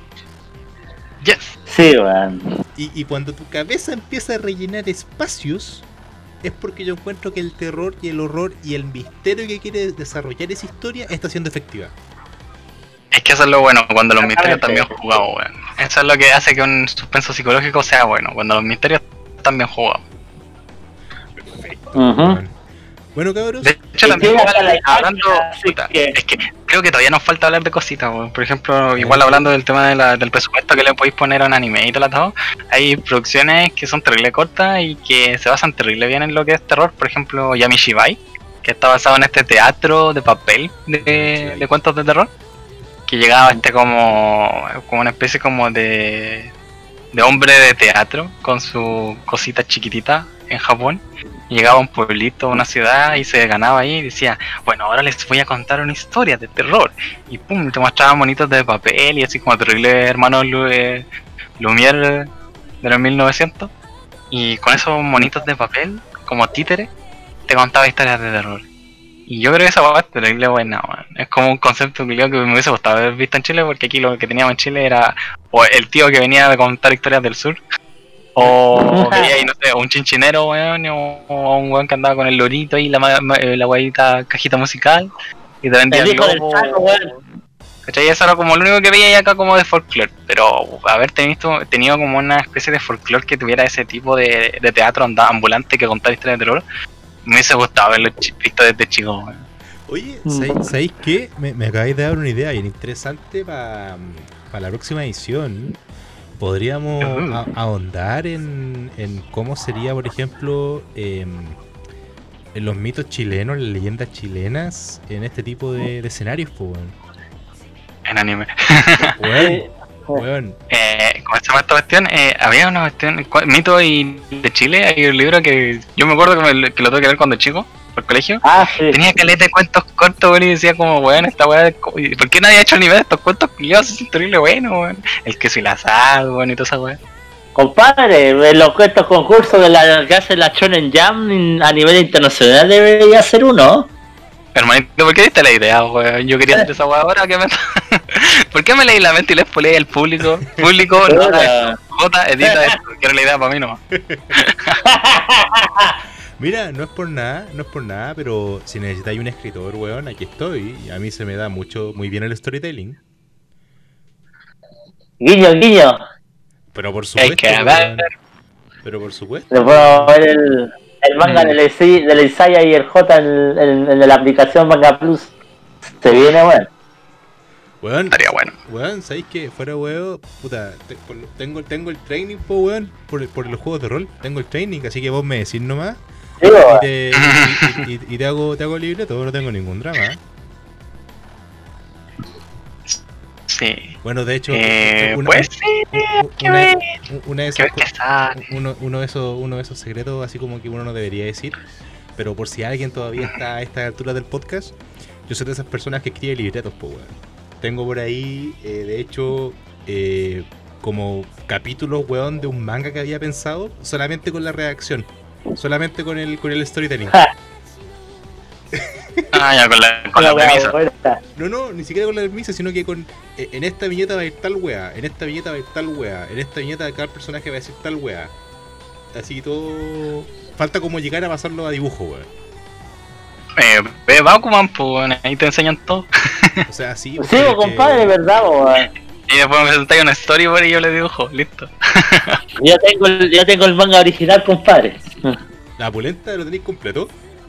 Yes.
Sí, weón.
Y, y cuando tu cabeza empieza a rellenar espacios, es porque yo encuentro que el terror y el horror y el misterio que quiere desarrollar esa historia está siendo efectiva.
Es que eso es lo bueno, cuando los misterios están bien jugados, weón. Eso es lo que hace que un suspenso psicológico sea bueno, cuando los misterios están bien jugados.
Perfecto.
Uh-huh.
Bueno, bueno, cabros.
De hecho, también
Sí,
igual,
la
hablando,
sí,
puta,
que-
es que creo que todavía nos falta hablar de cositas, weón. Por ejemplo, igual hablando del tema de la, del presupuesto que le podéis poner a un anime y todo, todo, hay producciones que son terrible cortas y que se basan terrible bien en lo que es terror. Por ejemplo, Yamishibai, que está basado en este teatro de papel de, de cuentos de terror, que llegaba este como, como una especie como de, de hombre de teatro con su cosita chiquitita en Japón. Llegaba a un pueblito, a una ciudad y se ganaba ahí y decía, bueno, ahora les voy a contar una historia de terror. Y pum, te mostraban monitos de papel y así como terrible hermano Lu- eh, Lumière de los mil novecientos. Y con esos monitos de papel, como títeres, te contaba historias de terror. Y yo creo que esa hueá es terrible buena, man. Es como un concepto que creo que me hubiese gustado haber visto en Chile, porque aquí lo que teníamos en Chile era o el tío que venía de contar historias del sur, o veía ahí, no sé, un chinchinero, weón, o, o un weón que andaba con el lorito ahí, la, ma- ma- la guayita cajita musical, y te vendía
El
el
hijo del
lobo.
saco, weón.
¿Cachai? Eso era como lo único que veía ahí acá como de folclore, pero haber tenido, tenido como una especie de folclore que tuviera ese tipo de, de teatro anda- ambulante que contara historias de terror, me hubiese gustado haberlo chi- visto desde chico, weón.
Oye,
Mm.
¿sabéis, ¿sabéis qué? Me, me acabáis de dar una idea bien interesante para la próxima edición. Podríamos
Ujú.
a- ahondar en, en cómo sería, por ejemplo, em, en los mitos chilenos, las leyendas chilenas, en este tipo de, de escenarios, pues, weón.
En anime.
Weón, weón.
Eh, ¿Cómo se llama esta cuestión? Eh, había una cuestión, cu- mito y de Chile, hay un libro que yo me acuerdo que, me- que lo tuve que leer cuando chico, por el colegio.
Ah, sí.
Tenía caleta de cuentos cortos, weón, y decía como, weón, esta weá, de co- ¿y ¿por qué nadie ha hecho anime de estos cuentos que yo son terrible bueno, weón? El que soy la sal, weón, y toda esa weá.
Compadre, en los estos concursos de la que hace la Shonen Jam a nivel internacional debería ser uno.
Hermanito, ¿por qué diste la idea, weón? Yo quería hacer esa weá ahora, que me... ¿Por qué me leí la mente y le spoileé al público? Público, no,
Hola.
Jota, edita esto, quiero la idea para mí nomás.
Mira, no es por nada, no es por nada, pero si necesitáis un escritor, weón, aquí estoy. Y a mí se me da mucho, muy bien el storytelling.
Guiño, guiño.
Pero por supuesto.
Hay que ver.
Pero por supuesto.
Le puedo ver el, el manga del de Isaiah y el J en, en, en la aplicación Manga Plus. Se viene, bueno.
Weón,
estaría bueno.
Weón, ¿sabéis qué? Fuera weón, puta, te, por, tengo, tengo el training, po, weón, por, por los juegos de rol. Tengo el training, así que vos me decís nomás.
Sí,
y, te, y, y, y, y te hago te hago libreto, no tengo ningún drama. ¿eh?
Sí.
Bueno, de hecho,
eh,
una,
pues sí,
una, una, una de esas
que
uno, uno de esos uno de esos secretos así como que uno no debería decir, pero por si alguien todavía está a esta altura del podcast, yo soy de esas personas que escribe libretos, po, weón. Tengo por ahí, eh, de hecho, eh, como capítulos, weón, de un manga que había pensado, solamente con la redacción, solamente con el con el storytelling.
Ah, ya, con la, con la premisa.
No, no, ni siquiera con la premisa, sino que con eh, en esta viñeta va a ir tal wea, en esta viñeta va a ir tal wea, en esta viñeta cada personaje va a decir tal wea. Así que todo... Falta como llegar a pasarlo a dibujo, weón.
Eh, ve Bakuman, pues ahí te enseñan todo.
O sea, sí.
Sí, vos, compadre, de verdad, weón.
Y después me presentáis una storyboard y yo le dibujo, listo.
Yo tengo el, yo tengo el manga original, compadre.
¿La pulenta lo tenéis completo?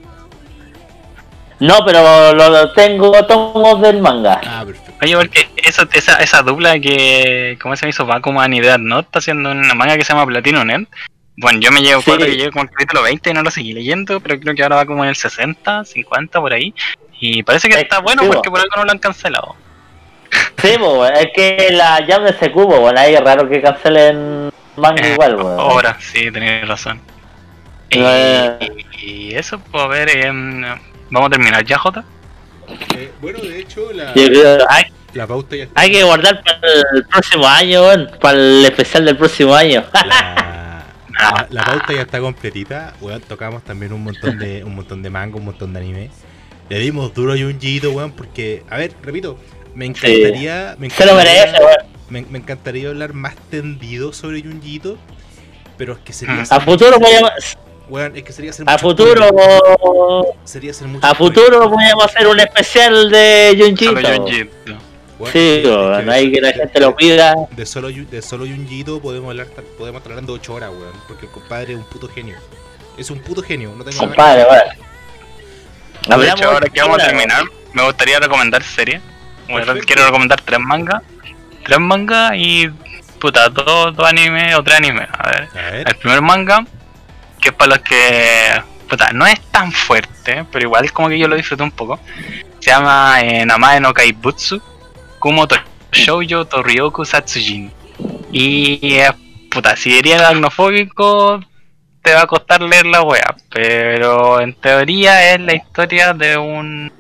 No, pero lo, lo tengo tomos del manga.
Ah, perfecto.
Oye, porque esa, esa, esa dupla que, ¿cómo se me hizo? Bakuman y Death Note está haciendo una manga que se llama Platino Net. Bueno, yo me llevo
Sí.
cuatro que llevo como el capítulo veinte y no lo seguí leyendo, pero creo que ahora va como en el sesenta, cincuenta por ahí. Y parece que
Eh,
está bueno
sí,
porque
bo.
por algo no lo han cancelado.
Sí, weón, es que la Jam de ese cubo, weón, ahí es raro que cancelen manga
Eh,
igual, weón.
Ahora, sí, tenéis razón. Y,
Eh.
y, y eso, pues a ver, em, vamos a terminar ya, Jota.
Eh, bueno, de hecho, la,
Yo creo- hay,
la pauta ya está.
hay que guardar para el próximo año, weón, para el especial del próximo año.
La, la, la pauta ya está completita. Weón, tocamos también un montón de un montón de manga, un montón de anime. Le dimos duro y un Yito, weón, porque, a ver, repito, me encantaría, me
Se lo
encantaría,
merece, weón.
me, me encantaría hablar más tendido sobre Junjito, pero es que sería
Mm.
A
ser
futuro
mucho-
voy a,
weón, es que sería ser
a
mucho
futuro,
spoiler. Sería ser mucho
a
spoiler.
futuro voy a hacer un especial de Junjito.
Solo Junjito.
Weón,
Sí,
es que-
weón,
es que
hay que la
de-
gente lo pida.
De solo, Yu- de solo Junjito podemos hablar podemos estar hablando ocho horas, weón, porque el compadre es un puto genio. Es un puto genio, no tengo nada que
Compadre, weón.
De
Hablamos
hecho, ahora que vamos a
ahora,
terminar, me gustaría recomendar series. Bueno,
Perfecto.
quiero recomendar tres mangas. Tres mangas y, puta, dos, dos animes o tres animes. A ver,
A ver.
el primer manga, que es para los que, puta, no es tan fuerte, pero igual como que yo lo disfruté un poco. Se llama eh, Namae no Kaibutsu Kumo to Shoujo to Ryoku Satsujin. Y, eh, puta, si eres agnofóbico, te va a costar leer la wea, pero en teoría es la historia de un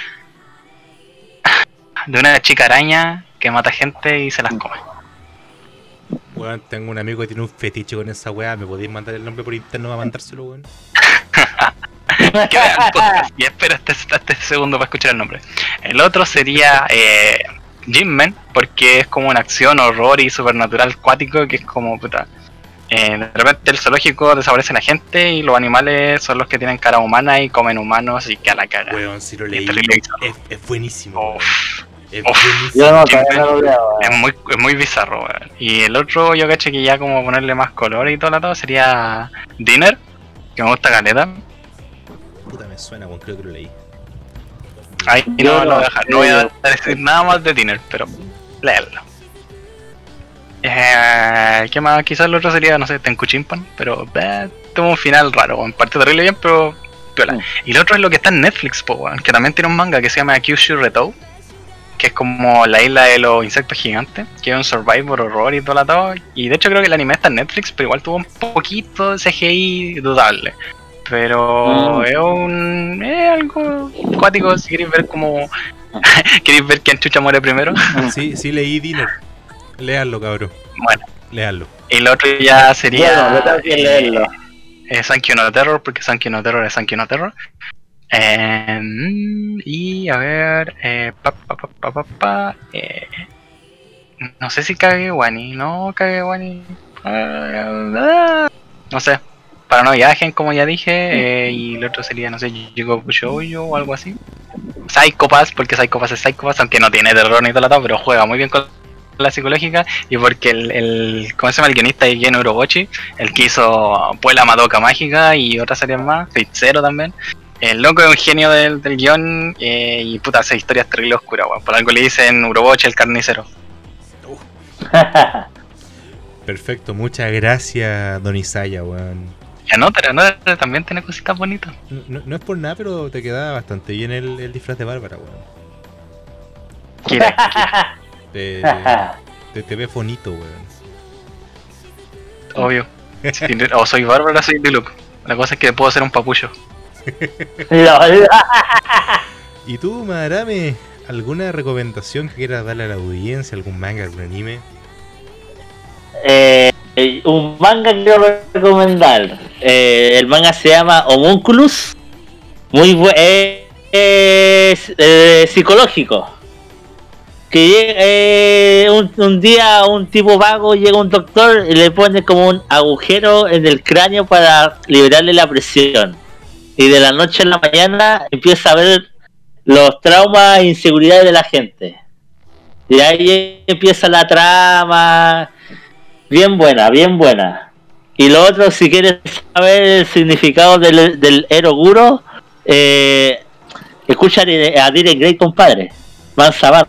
de una chica araña que mata gente y se las come.
Weón, tengo un amigo que tiene un fetiche con esa weá. ¿Me podéis mandar el nombre por interno para mandárselo, weón?
Que vean el podcast y espera este, este segundo para escuchar el nombre. El otro sería eh, Jinmen, porque es como una acción, horror y supernatural cuático, que es como, puta, eh, de repente el zoológico desaparece la gente y los animales son los que tienen cara humana y comen humanos y que a la cara.
Weón, si lo
Y
leí,
terrible bizarro.
es, es buenísimo, weón.
Uf,
Es
uf.
buenísimo.
Yo no,
Jinmen
todavía no lo leo,
es
weón.
muy, es muy bizarro, weón. Y el otro, yo caché que ya como ponerle más color y todo la todo, sería Dinner, que me gusta caleta.
Puta, me suena, weón, creo que lo leí.
Ahí
Yo
no, lo
no,
voy a dejar, no voy
yo-
a decir nada más de Dinner, pero leerlo. Eh, ¿Qué más? Quizás el otro sería, no sé, Tenkuchimpan, pero eh, tuvo un final raro, en parte terrible bien, pero piola.
Mm.
Y el otro es lo que está en Netflix, po, weón, que también tiene un manga que se llama Kyushu Retou, que es como la isla de los insectos gigantes, que es un survivor horror y todo la todo. Y de hecho creo que el anime está en Netflix, pero igual tuvo un poquito de C G I dudable. Pero
Mm.
es un es algo acuático si queréis ver como queréis ver quién chucha muere primero.
Sí, sí leí Dinner. Leanlo, cabrón.
Bueno,
Leanlo.
y el otro ya sería
Bueno, yo tengo que leerlo.
eh, Sankyo no Terror, porque Sankyo no Terror es Sankyo no Terror. Eh, mm, y a ver, eh, pa, pa, pa, pa, pa, pa, eh, no sé si Kagewani, no Kagewani, ah, no sé, para no viajen como ya dije, eh, y el otro sería, no sé, Jigoku Shoujo o algo así. Psycho Pass, porque Psycho Pass es Psycho Pass, aunque no tiene terror ni todo, pero juega muy bien con la psicológica y porque el, el ¿cómo se llama? El guionista de Gen Urobochi, el que hizo Puella Madoka Mágica y otras series más, Fate Zero también. El loco es un genio del, del guión eh, y puta, hace historias terrible oscuras, weón. Por algo le dicen Urobochi el carnicero.
Uh. Perfecto, muchas gracias, Don Isaya, weón.
Y anótala, anótala, también tiene cositas bonitas.
No, no, no es por nada, pero te queda bastante bien el, el disfraz de Bárbara, weón.
Kira,
Te, te, te ves bonito, weón.
Obvio. Si, o soy Bárbara, soy Diluc. La cosa es que puedo ser un papullo.
¿Y tú, Madarame, alguna recomendación que quieras darle a la audiencia? ¿Algún manga, algún anime?
Eh, un manga que quiero recomendar. Eh, el manga se llama Homunculus. Muy bueno. Eh, es eh, psicológico. Que llega, eh, un, un día un tipo vago llega un doctor y le pone como un agujero en el cráneo para liberarle la presión. Y de la noche a la mañana empieza a ver los traumas e inseguridades de la gente. Y ahí empieza la trama. Bien buena, bien buena. Y lo otro, si quieres saber el significado del, del Eroguro, eh, escucha a Direct Grey, compadre. Mansa Bat.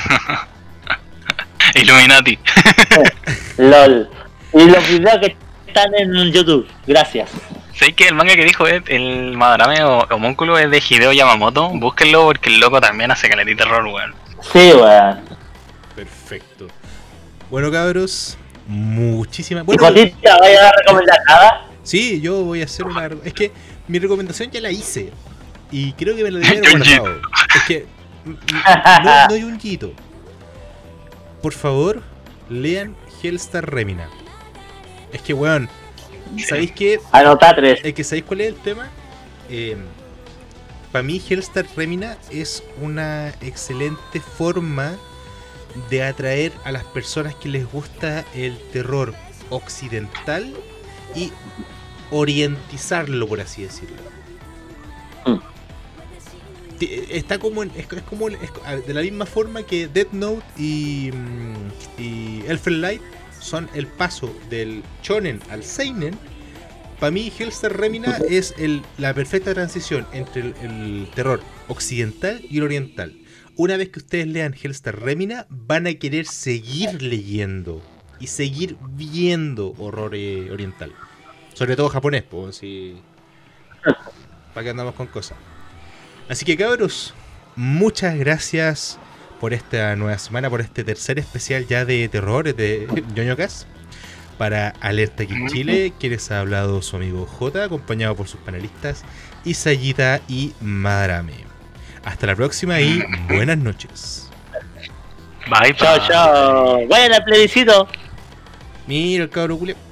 Illuminati.
LOL. Y los videos que están en YouTube. Gracias.
¿Sabes que el manga que dijo es el Madarame o Homúnculo es de Hideo Yamamoto? Búsquenlo porque el loco también hace calerita terror, weón.
Sí, weón.
Perfecto. Bueno, cabros, muchísimas... Bueno,
¿Y te vaya a recomendar nada?
Sí, yo voy a hacer una... Es que mi recomendación ya la hice. Y creo que me la debería haber guardado. Es que... No, no hay un hito. Por favor, lean Hellstar Remina. Es que, weón, ¿sabéis qué?
Anotá tres.
Es que, ¿sabéis cuál es el tema? Eh, Para mí, Hellstar Remina es una excelente forma de atraer a las personas que les gusta el terror occidental y orientizarlo, por así decirlo. Mm. Está como, en, es, es como es de la misma forma que Death Note y, y Elfen Light son el paso del shonen al seinen. Para mí, Hellstar Remina es el, la perfecta transición entre el, el terror occidental y el oriental. Una vez que ustedes lean Hellstar Remina, van a querer seguir leyendo y seguir viendo horror eh, oriental. Sobre todo japonés, pues, si... para que andamos con cosas. Así que, cabros, muchas gracias por esta nueva semana, por este tercer especial ya de terror de ñoñocast. Para Alerta aquí en Chile, quienes ha hablado su amigo J, acompañado por sus panelistas Isayita y Madarame. Hasta la próxima y buenas noches.
Bye,
chao, chao. Vayan al plebiscito.
Mira el cabro culio.